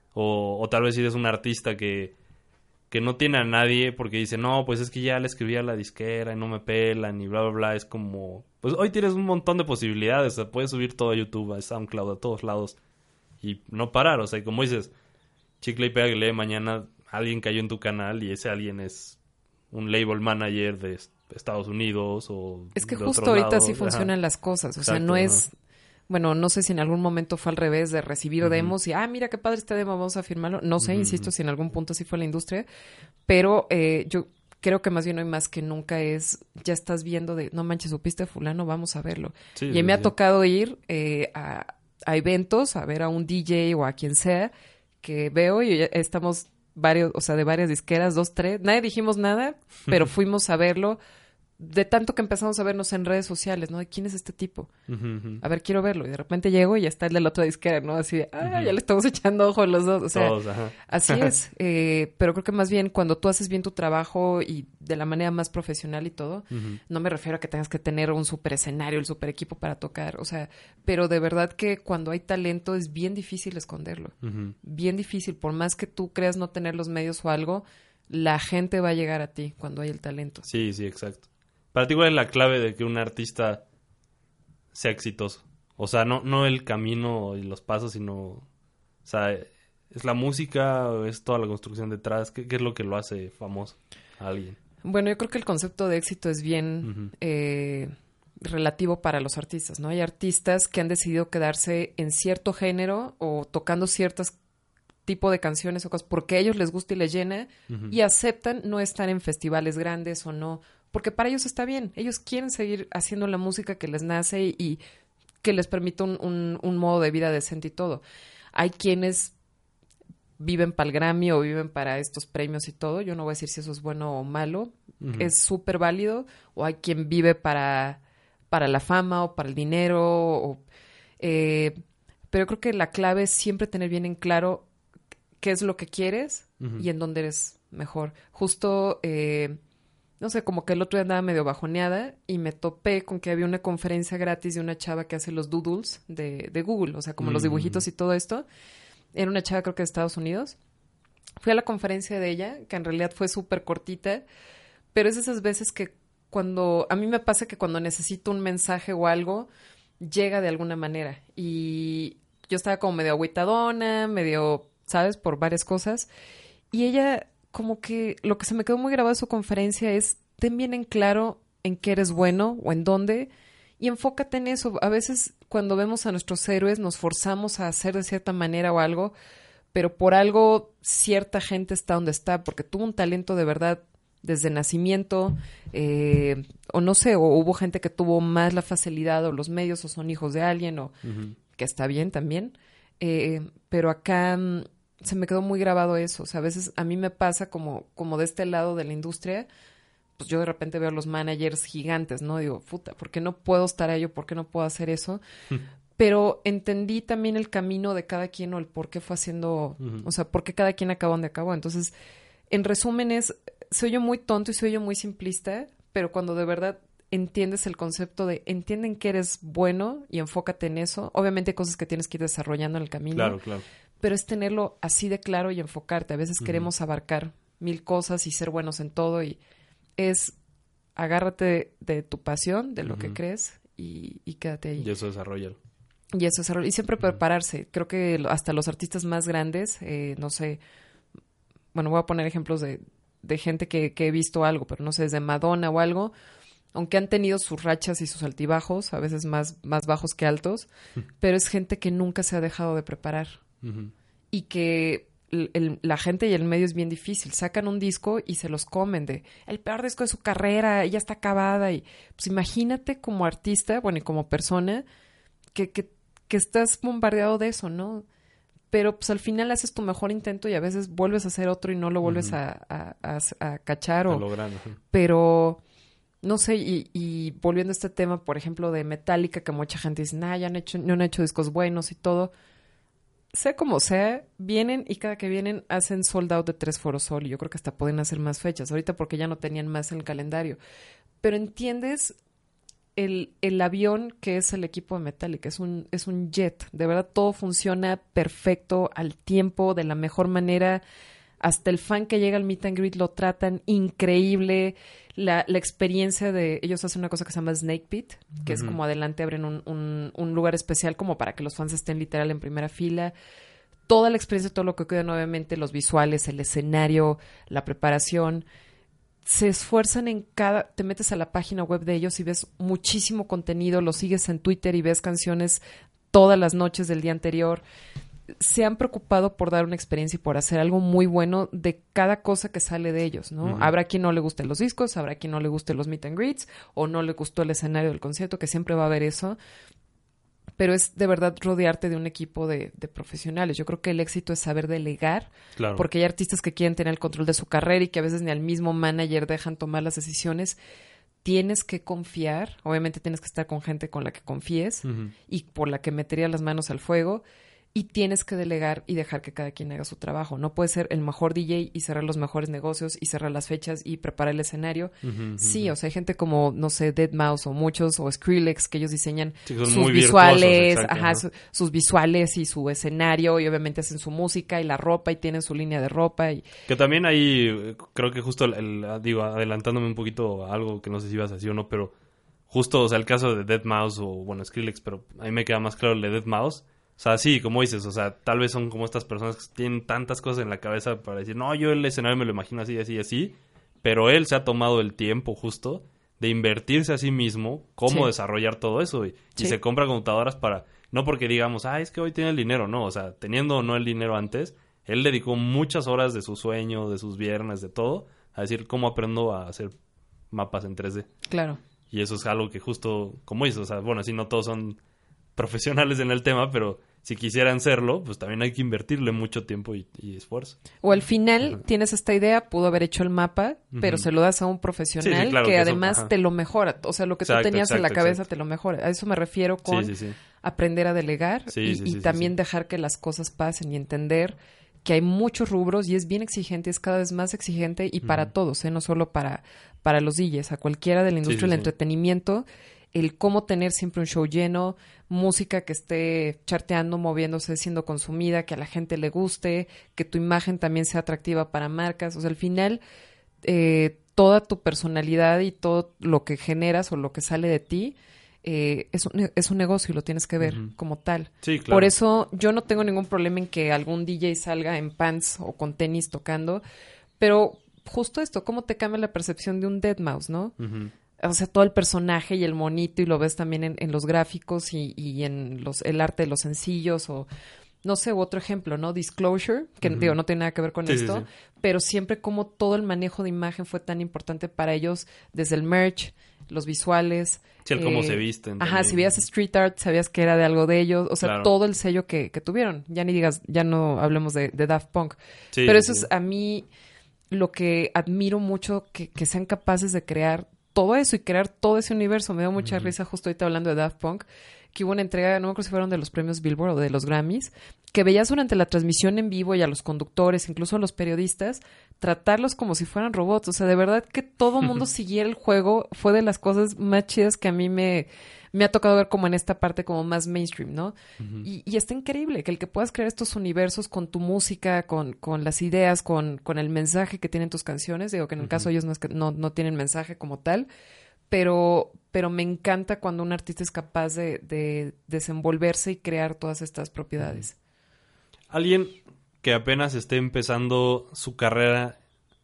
O tal vez si eres un artista que no tiene a nadie porque dice, no, pues es que ya le escribí a la disquera y no me pelan y bla, bla, bla. Es como, pues hoy tienes un montón de posibilidades. O sea, puedes subir todo a YouTube, a SoundCloud, a todos lados y no parar. O sea, como dices, chicle y pega que lee mañana alguien cayó en tu canal y ese alguien es un label manager de Estados Unidos o Es que de justo otro ahorita lado. sí Ajá. funcionan las cosas. O sea, Exacto, no es... Bueno, no sé si en algún momento fue al revés de recibir Ujú. demos y, mira qué padre este demo, vamos a firmarlo. No sé, Ujú, insisto, ujú. si en algún punto sí fue la industria. Pero yo creo que más bien hoy más que nunca ya estás viendo de, no manches, supiste fulano, vamos a verlo. Sí, Y sí, me ha sí. tocado ir a eventos, a ver a un DJ o a quien sea, que veo y ya estamos varios, o sea, de varias disqueras, 2, 3. Nadie dijimos nada, pero fuimos a verlo. De tanto que empezamos a vernos en redes sociales, ¿no? ¿De quién es este tipo? Ujú, ujú. A ver, quiero verlo. Y de repente llego y ya está el de la otra disquera, ¿no? Así de, Ujú. ya le estamos echando ojo a los dos. O sea, Todos, ajá. así es. Pero creo que más bien cuando tú haces bien tu trabajo y de la manera más profesional y todo, Ujú. no me refiero a que tengas que tener un super escenario, el super equipo para tocar. O sea, pero de verdad que cuando hay talento es bien difícil esconderlo. Ujú. Bien difícil. Por más que tú creas no tener los medios o algo, la gente va a llegar a ti cuando hay el talento. Sí, sí, exacto. Para ti, ¿cuál es la clave de que un artista sea exitoso? O sea, no el camino y los pasos, sino... O sea, ¿es la música o es toda la construcción detrás? ¿Qué es lo que lo hace famoso a alguien? Bueno, yo creo que el concepto de éxito es bien Ujú. relativo para los artistas, ¿no? Hay artistas que han decidido quedarse en cierto género o tocando ciertos tipo de canciones o cosas porque a ellos les gusta y les llena Ujú. y aceptan no estar en festivales grandes o no, porque para ellos está bien. Ellos quieren seguir haciendo la música que les nace y que les permita un modo de vida decente y todo. Hay quienes viven para el Grammy o viven para estos premios y todo. Yo no voy a decir si eso es bueno o malo. Ujú. Es súper válido. O hay quien vive para la fama o para el dinero. Pero creo que la clave es siempre tener bien en claro qué es lo que quieres Ujú. y en dónde eres mejor. Justo, no sé, como que el otro día andaba medio bajoneada y me topé con que había una conferencia gratis de una chava que hace los doodles de Google, o sea, como los dibujitos y todo esto. Era una chava creo que de Estados Unidos. Fui a la conferencia de ella, que en realidad fue súper cortita, pero es esas veces que a mí me pasa que cuando necesito un mensaje o algo, llega de alguna manera. Y yo estaba como medio agüitadona, medio, ¿sabes? Por varias cosas. Y ella, como que lo que se me quedó muy grabado de su conferencia es, ten bien en claro en qué eres bueno o en dónde y enfócate en eso. A veces cuando vemos a nuestros héroes nos forzamos a hacer de cierta manera o algo, pero por algo cierta gente está donde está, porque tuvo un talento de verdad desde nacimiento, o no sé, o hubo gente que tuvo más la facilidad o los medios o son hijos de alguien, o Ujú. que está bien también. Pero acá se me quedó muy grabado eso. O sea, a veces a mí me pasa como de este lado de la industria, pues yo de repente veo a los managers gigantes, ¿no? Digo, puta, ¿por qué no puedo estar a ello? ¿Por qué no puedo hacer eso? Pero entendí también el camino de cada quien o el por qué fue haciendo, o sea, por qué cada quien acabó donde acabó. Entonces, en resumen se oye muy tonto y se oye muy simplista, pero cuando de verdad entiendes el concepto de entienden que eres bueno y enfócate en eso. Obviamente hay cosas que tienes que ir desarrollando en el camino. Claro, claro. Pero es tenerlo así de claro y enfocarte. A veces queremos abarcar 1000 cosas y ser buenos en todo y es agárrate de tu pasión, de lo que crees y quédate ahí. Y eso desarrolla. Y eso es error. Y siempre prepararse. Creo que hasta los artistas más grandes, no sé, bueno, voy a poner ejemplos de de gente que he visto algo, pero no sé, desde Madonna o algo, aunque han tenido sus rachas y sus altibajos, a veces más bajos que altos, pero es gente que nunca se ha dejado de preparar. Uh-huh. Y que la gente y el medio es bien difícil. Sacan un disco y se los comen de el peor disco de su carrera, ya está acabada. Y pues imagínate como artista, bueno, y como persona, que estás bombardeado de eso, ¿no? Pero pues al final haces tu mejor intento y a veces vuelves a hacer otro y no lo vuelves a cachar. A lograr, pero no sé, y volviendo a este tema, por ejemplo, de Metallica, que mucha gente dice, ya no han hecho discos buenos y todo. Sea como sea, vienen y cada que vienen hacen sold out de 3 Foro Sol y yo creo que hasta pueden hacer más fechas, ahorita porque ya no tenían más en el calendario. Pero entiendes el avión que es el equipo de Metallica, es un jet, de verdad todo funciona perfecto, al tiempo, de la mejor manera. Hasta el fan que llega al meet and greet lo tratan increíble. La experiencia de... Ellos hacen una cosa que se llama Snake Pit, que es como adelante abren un lugar especial como para que los fans estén literal en primera fila. Toda la experiencia, todo lo que cuidan, obviamente, los visuales, el escenario, la preparación. Se esfuerzan en cada... Te metes a la página web de ellos y ves muchísimo contenido. Los sigues en Twitter y ves canciones todas las noches del día anterior. Se han preocupado por dar una experiencia y por hacer algo muy bueno de cada cosa que sale de ellos, ¿no? Uh-huh. Habrá quien no le guste los discos, habrá quien no le guste los meet and greets o no le gustó el escenario del concierto, que siempre va a haber eso. Pero es de verdad rodearte de un equipo de profesionales. Yo creo que el éxito es saber delegar, claro. Porque hay artistas que quieren tener el control de su carrera y que a veces ni al mismo manager dejan tomar las decisiones. Tienes que confiar, obviamente tienes que estar con gente con la que confíes y por la que metería las manos al fuego. Y tienes que delegar y dejar que cada quien haga su trabajo. No puedes ser el mejor DJ y cerrar los mejores negocios y cerrar las fechas y preparar el escenario. Sí, o sea, hay gente como, no sé, Deadmau5 o muchos, o Skrillex, que ellos diseñan sus visuales, sus visuales y su escenario, y obviamente hacen su música y la ropa y tienen su línea de ropa. Que también ahí, creo que justo, adelantándome un poquito a algo que no sé si ibas a decir o no, pero justo, o sea, el caso de Deadmau5 o, bueno, Skrillex, pero a mí me queda más claro el de Deadmau5. O sea, sí, como dices, o sea, tal vez son como estas personas que tienen tantas cosas en la cabeza para decir, no, yo el escenario me lo imagino así, así, así, pero él se ha tomado el tiempo justo de invertirse a sí mismo cómo desarrollar todo eso y se compra computadoras para, no porque digamos, es que hoy tiene el dinero, no, o sea, teniendo o no el dinero antes, él dedicó muchas horas de su sueño, de sus viernes, de todo, a decir cómo aprendo a hacer mapas en 3D. Claro. Y eso es algo que justo, como dices, o sea, bueno, sí, no todos son profesionales en el tema, pero si quisieran serlo, pues también hay que invertirle mucho tiempo y esfuerzo. O al final tienes esta idea, pudo haber hecho el mapa, pero se lo das a un profesional claro, que además te lo mejora. O sea, lo que tú tenías en la cabeza te lo mejora. A eso me refiero con aprender a delegar y también dejar que las cosas pasen y entender que hay muchos rubros y es bien exigente, es cada vez más exigente y para todos, no solo para los DJs, a cualquiera de la industria del entretenimiento. El cómo tener siempre un show lleno, música que esté charteando, moviéndose, siendo consumida, que a la gente le guste, que tu imagen también sea atractiva para marcas. O sea, al final, toda tu personalidad y todo lo que generas o lo que sale de ti es un negocio y lo tienes que ver como tal. Sí, claro. Por eso yo no tengo ningún problema en que algún DJ salga en pants o con tenis tocando, pero justo esto, cómo te cambia la percepción de un Deadmau5, ¿no? O sea, todo el personaje y el monito, y lo ves también en los gráficos y en el arte de los sencillos, o no sé, otro ejemplo, ¿no? Disclosure, que digo, no tiene nada que ver con esto, pero siempre como todo el manejo de imagen fue tan importante para ellos, desde el merch, los visuales. Sí, el cómo se visten. Ajá, si veías street art, sabías que era de algo de ellos, o sea, todo el sello que tuvieron. Ya ni digas, ya no hablemos de Daft Punk. Pero eso es a mí lo que admiro mucho, que sean capaces de crear todo eso y crear todo ese universo. Me dio mucha risa justo ahorita hablando de Daft Punk, que hubo una entrega, no me acuerdo si fueron de los premios Billboard o de los Grammys, que veías durante la transmisión en vivo y a los conductores, incluso a los periodistas, tratarlos como si fueran robots. O sea, de verdad que todo mundo siguiera el juego. Fue de las cosas más chidas que a mí me ha tocado ver como en esta parte como más mainstream, ¿no? Y está increíble que el que puedas crear estos universos con tu música, con las ideas, con el mensaje que tienen tus canciones. Digo que en el caso de ellos no tienen mensaje como tal, pero me encanta cuando un artista es capaz de desenvolverse y crear todas estas propiedades. Alguien que apenas esté empezando su carrera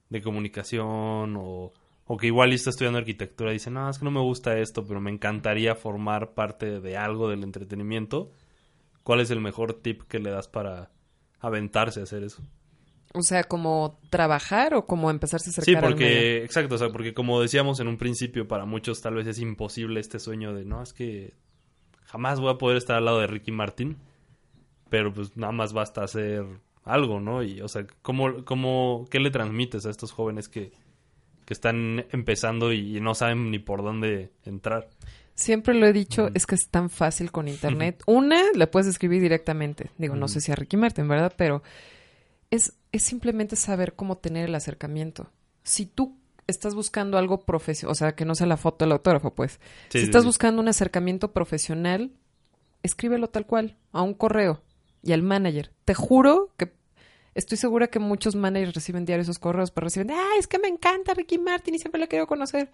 de comunicación o que igual está estudiando arquitectura y dice, no, es que no me gusta esto, pero me encantaría formar parte de algo del entretenimiento, ¿cuál es el mejor tip que le das para aventarse a hacer eso? O sea, ¿como trabajar o como empezarse a acercar Sí, al porque, medio? exacto, o sea, porque como decíamos en un principio, para muchos tal vez es imposible este sueño de, no, es que jamás voy a poder estar al lado de Ricky Martin, pero pues nada más basta hacer algo, ¿no? Y, o sea, ¿qué le transmites a estos jóvenes que están empezando y no saben ni por dónde entrar? Siempre lo he dicho, es que es tan fácil con internet. Una, le puedes escribir directamente. Digo, no sé si a Ricky Martin, ¿verdad? Pero es simplemente saber cómo tener el acercamiento. Si tú estás buscando algo profesional, o sea, que no sea la foto del autógrafo, pues. Sí, Si estás buscando un acercamiento profesional, escríbelo tal cual, a un correo y al manager. Te juro que estoy segura que muchos managers reciben diario esos correos, pero reciben, es que me encanta Ricky Martin y siempre lo quiero conocer.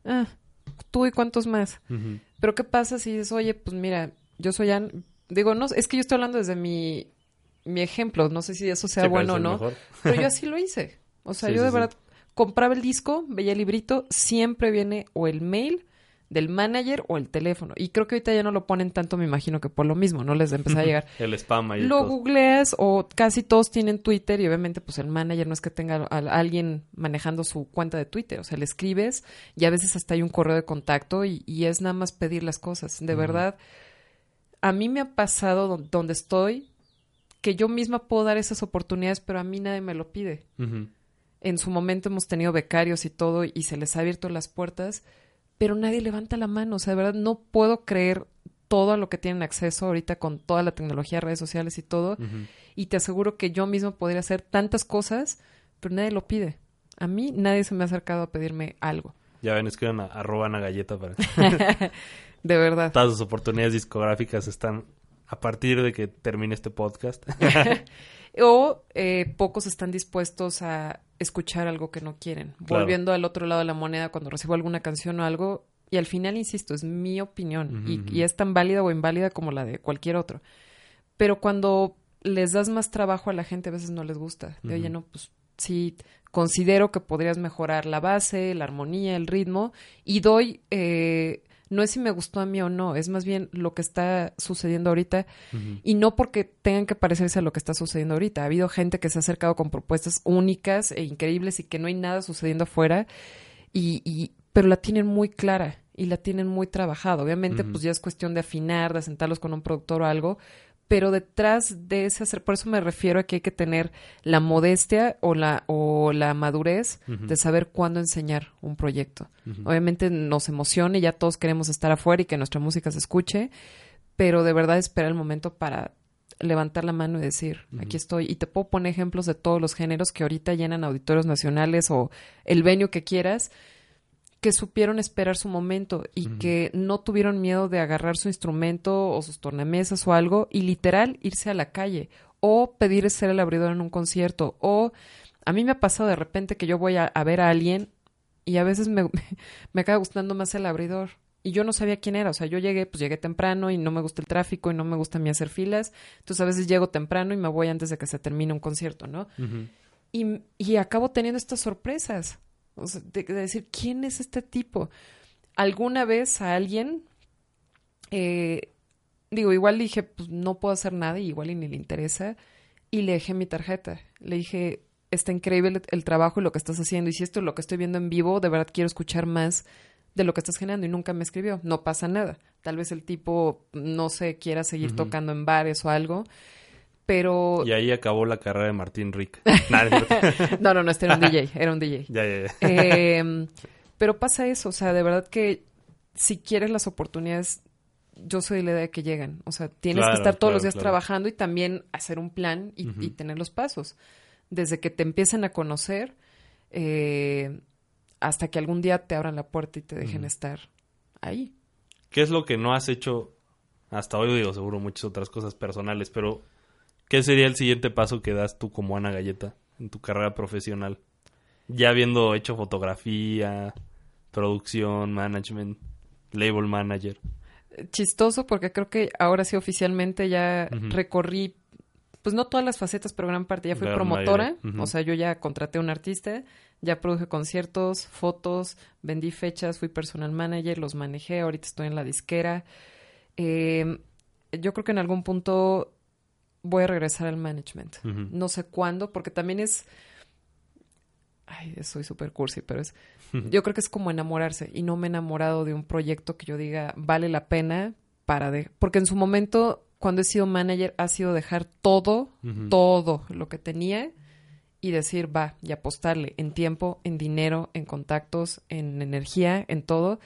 Tú y cuántos más. Pero ¿qué pasa si dices, oye, pues mira, yo soy digo, no, es que yo estoy hablando desde mi ejemplo, no sé si eso sea bueno o no, pero yo así lo hice. O sea, yo de verdad compraba el disco, veía el librito, siempre viene o el mail del manager o el teléfono. Y creo que ahorita ya no lo ponen tanto, me imagino que por lo mismo, ¿no? Les empezó a llegar. El spam ahí. Lo googleas o casi todos tienen Twitter y obviamente pues el manager no es que tenga a alguien manejando su cuenta de Twitter. O sea, le escribes y a veces hasta hay un correo de contacto y es nada más pedir las cosas. De verdad, a mí me ha pasado donde estoy que yo misma puedo dar esas oportunidades, pero a mí nadie me lo pide. En su momento hemos tenido becarios y todo y se les ha abierto las puertas, pero nadie levanta la mano. O sea, de verdad no puedo creer todo a lo que tienen acceso ahorita con toda la tecnología, redes sociales y todo. Y te aseguro que yo mismo podría hacer tantas cosas, pero nadie lo pide. A mí nadie se me ha acercado a pedirme algo. Ya ven, escriban @ Ana Galleta para... De verdad. Todas las oportunidades discográficas están a partir de que termine este podcast. O pocos están dispuestos a escuchar algo que no quieren. Claro. Volviendo al otro lado de la moneda, cuando recibo alguna canción o algo, y al final, insisto, es mi opinión y es tan válida o inválida como la de cualquier otro. Pero cuando les das más trabajo a la gente, a veces no les gusta. De, oye, no, pues sí, considero que podrías mejorar la base, la armonía, el ritmo, y doy... no es si me gustó a mí o no, es más bien lo que está sucediendo ahorita y no porque tengan que parecerse a lo que está sucediendo ahorita. Ha habido gente que se ha acercado con propuestas únicas e increíbles y que no hay nada sucediendo afuera, pero la tienen muy clara y la tienen muy trabajada. Obviamente, pues ya es cuestión de afinar, de sentarlos con un productor o algo, pero detrás de ese por eso me refiero a que hay que tener la modestia o la madurez de saber cuándo enseñar un proyecto. Obviamente nos emociona y ya todos queremos estar afuera y que nuestra música se escuche, pero de verdad espera el momento para levantar la mano y decir, aquí estoy. Y te puedo poner ejemplos de todos los géneros que ahorita llenan auditorios nacionales o el venue que quieras, que supieron esperar su momento y que no tuvieron miedo de agarrar su instrumento o sus tornamesas o algo y literal irse a la calle o pedir ser el abridor en un concierto. O a mí me ha pasado de repente que yo voy a ver a alguien y a veces me acaba gustando más el abridor y yo no sabía quién era. O sea, yo llegué temprano y no me gusta el tráfico y no me gusta a mí hacer filas. Entonces a veces llego temprano y me voy antes de que se termine un concierto, ¿no? Y acabo teniendo estas sorpresas. O sea, de decir, ¿quién es este tipo? Alguna vez a alguien, igual dije, pues no puedo hacer nada y igual y ni le interesa, y le dejé mi tarjeta. Le dije, está increíble el trabajo y lo que estás haciendo, y si esto es lo que estoy viendo en vivo, de verdad quiero escuchar más de lo que estás generando, y nunca me escribió. No pasa nada. Tal vez el tipo, no sé, quiera seguir tocando en bares o algo, pero... Y ahí acabó la carrera de Martín Rick. No, este era un DJ. Ya. Pero pasa eso, o sea, de verdad que si quieres las oportunidades, yo soy de la idea de que llegan. O sea, tienes que estar todos los días trabajando y también hacer un plan y tener los pasos. Desde que te empiecen a conocer hasta que algún día te abran la puerta y te dejen estar ahí. ¿Qué es lo que no has hecho hasta hoy? Digo, seguro muchas otras cosas personales, pero... ¿qué sería el siguiente paso que das tú como Ana Galleta en tu carrera profesional? Ya habiendo hecho fotografía, producción, management, label manager. Chistoso porque creo que ahora sí oficialmente ya recorrí pues no todas las facetas, pero gran parte. Ya fui Gran promotora, mayoría. o sea, yo ya contraté a un artista, ya produje conciertos, fotos, vendí fechas, fui personal manager, los manejé, ahorita estoy en la disquera. Yo creo que en algún punto voy a regresar al management. No sé cuándo, porque también es... Ay, soy súper cursi, pero es... Yo creo que es como enamorarse, y no me he enamorado de un proyecto que yo diga vale la pena porque en su momento, cuando he sido manager, ha sido dejar todo lo que tenía y decir, va, y apostarle en tiempo, en dinero, en contactos, en energía, en todo.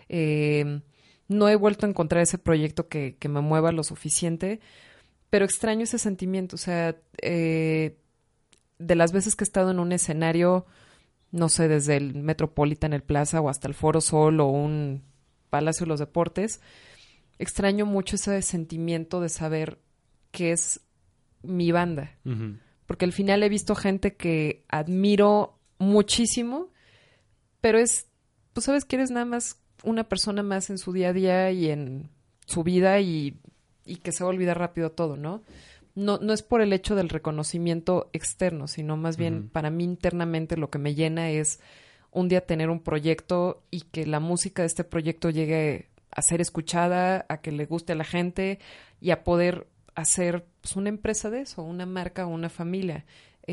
No he vuelto a encontrar ese proyecto que me mueva lo suficiente, pero extraño ese sentimiento. O sea, de las veces que he estado en un escenario, no sé, desde el Metropolitan, el Plaza, o hasta el Foro Sol, o un Palacio de los Deportes, extraño mucho ese sentimiento de saber que es mi banda. Porque al final he visto gente que admiro muchísimo, pero es, pues sabes que eres nada más una persona más en su día a día y en su vida y que se va a olvidar rápido todo, ¿no? No es por el hecho del reconocimiento externo, sino más bien para mí internamente lo que me llena es un día tener un proyecto y que la música de este proyecto llegue a ser escuchada, a que le guste a la gente y a poder hacer pues, una empresa de eso, una marca o una familia.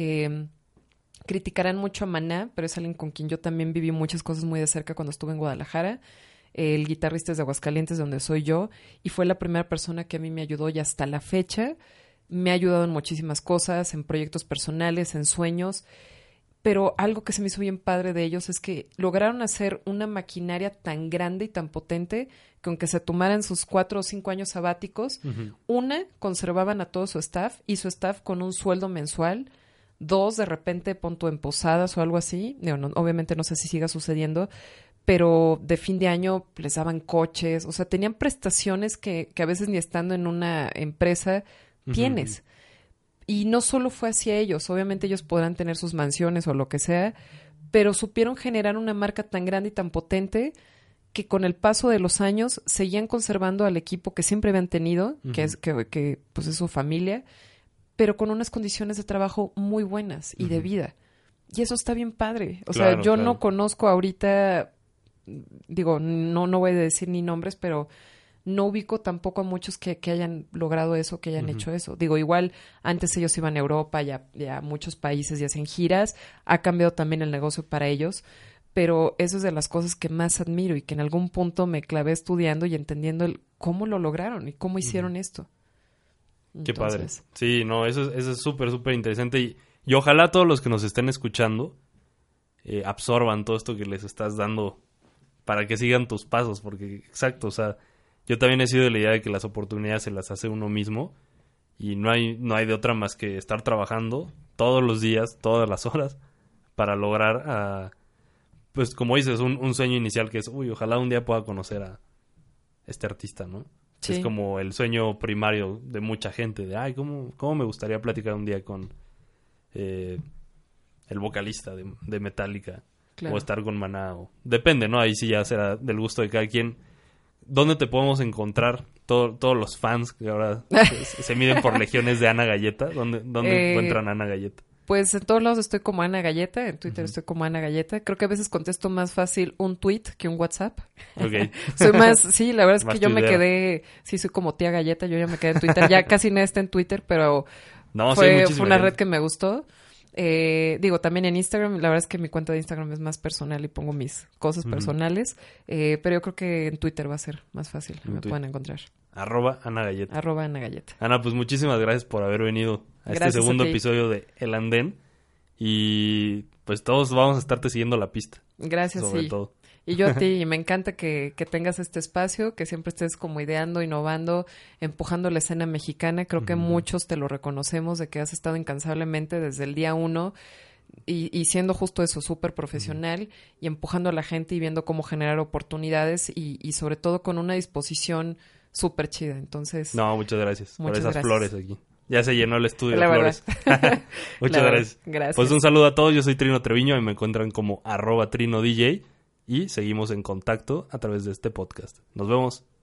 Criticarán mucho a Maná, pero es alguien con quien yo también viví muchas cosas muy de cerca cuando estuve en Guadalajara. El guitarrista es de Aguascalientes, donde soy yo, y fue la primera persona que a mí me ayudó y hasta la fecha me ha ayudado en muchísimas cosas, en proyectos personales, en sueños. Pero algo que se me hizo bien padre de ellos es que lograron hacer una maquinaria tan grande y tan potente que aunque se tomaran sus 4 o 5 años sabáticos, conservaban a todo su staff y su staff con un sueldo mensual. 2, de repente, punto en posadas o algo así. Obviamente no sé si siga sucediendo, pero de fin de año les daban coches. O sea, tenían prestaciones que a veces ni estando en una empresa tienes. Y no solo fue hacia ellos, obviamente ellos podrán tener sus mansiones o lo que sea, pero supieron generar una marca tan grande y tan potente que con el paso de los años seguían conservando al equipo que siempre habían tenido, que pues es su familia, pero con unas condiciones de trabajo muy buenas y de vida. Y eso está bien padre. O sea, yo no conozco ahorita, digo, no voy a decir ni nombres, pero no ubico tampoco a muchos que hayan logrado eso, que hayan hecho eso. Digo, igual antes ellos iban a Europa y a muchos países y hacen giras. Ha cambiado también el negocio para ellos. Pero eso es de las cosas que más admiro y que en algún punto me clavé estudiando y entendiendo cómo lo lograron y cómo hicieron esto. Qué padre. Sí, no, eso es súper, súper interesante. Y ojalá todos los que nos estén escuchando absorban todo esto que les estás dando para que sigan tus pasos. Porque, exacto, o sea, yo también he sido de la idea de que las oportunidades se las hace uno mismo y no hay de otra más que estar trabajando todos los días, todas las horas para lograr, pues como dices, un sueño inicial que es, ojalá un día pueda conocer a este artista, ¿no? Sí. Es como el sueño primario de mucha gente, de, ¿cómo me gustaría platicar un día con el vocalista de Metallica? Claro. O estar con Maná, depende, ¿no? Ahí sí ya será del gusto de cada quien. ¿Dónde te podemos encontrar todos los fans que ahora se miden por legiones de Ana Galleta? ¿Dónde encuentran a Ana Galleta? Pues en todos lados estoy como Ana Galleta, en Twitter estoy como Ana Galleta. Creo que a veces contesto más fácil un tweet que un WhatsApp. Okay. Soy más, sí, la verdad es que yo me quedé, sí, soy como tía Galleta, yo ya me quedé en Twitter. Ya casi nadie está en Twitter, pero fue una red que me gustó. También en Instagram, la verdad es que mi cuenta de Instagram es más personal y pongo mis cosas personales, pero yo creo que en Twitter va a ser más fácil, me pueden encontrar. @Ana Galleta. Ana Galleta. Ana, pues muchísimas gracias por haber venido a este segundo episodio de El Andén y pues todos vamos a estarte siguiendo la pista. Gracias, sobre todo. Y yo a ti, y me encanta que tengas este espacio, que siempre estés como ideando, innovando, empujando la escena mexicana. Creo que muchos te lo reconocemos de que has estado incansablemente desde el día 1 y siendo justo eso, súper profesional y empujando a la gente y viendo cómo generar oportunidades y sobre todo con una disposición súper chida. Entonces... No, muchas gracias por esas flores aquí. Ya se llenó el estudio de flores. Muchas gracias. Gracias. Pues un saludo a todos. Yo soy Trino Treviño y me encuentran como @TrinoDJ y seguimos en contacto a través de este podcast. Nos vemos.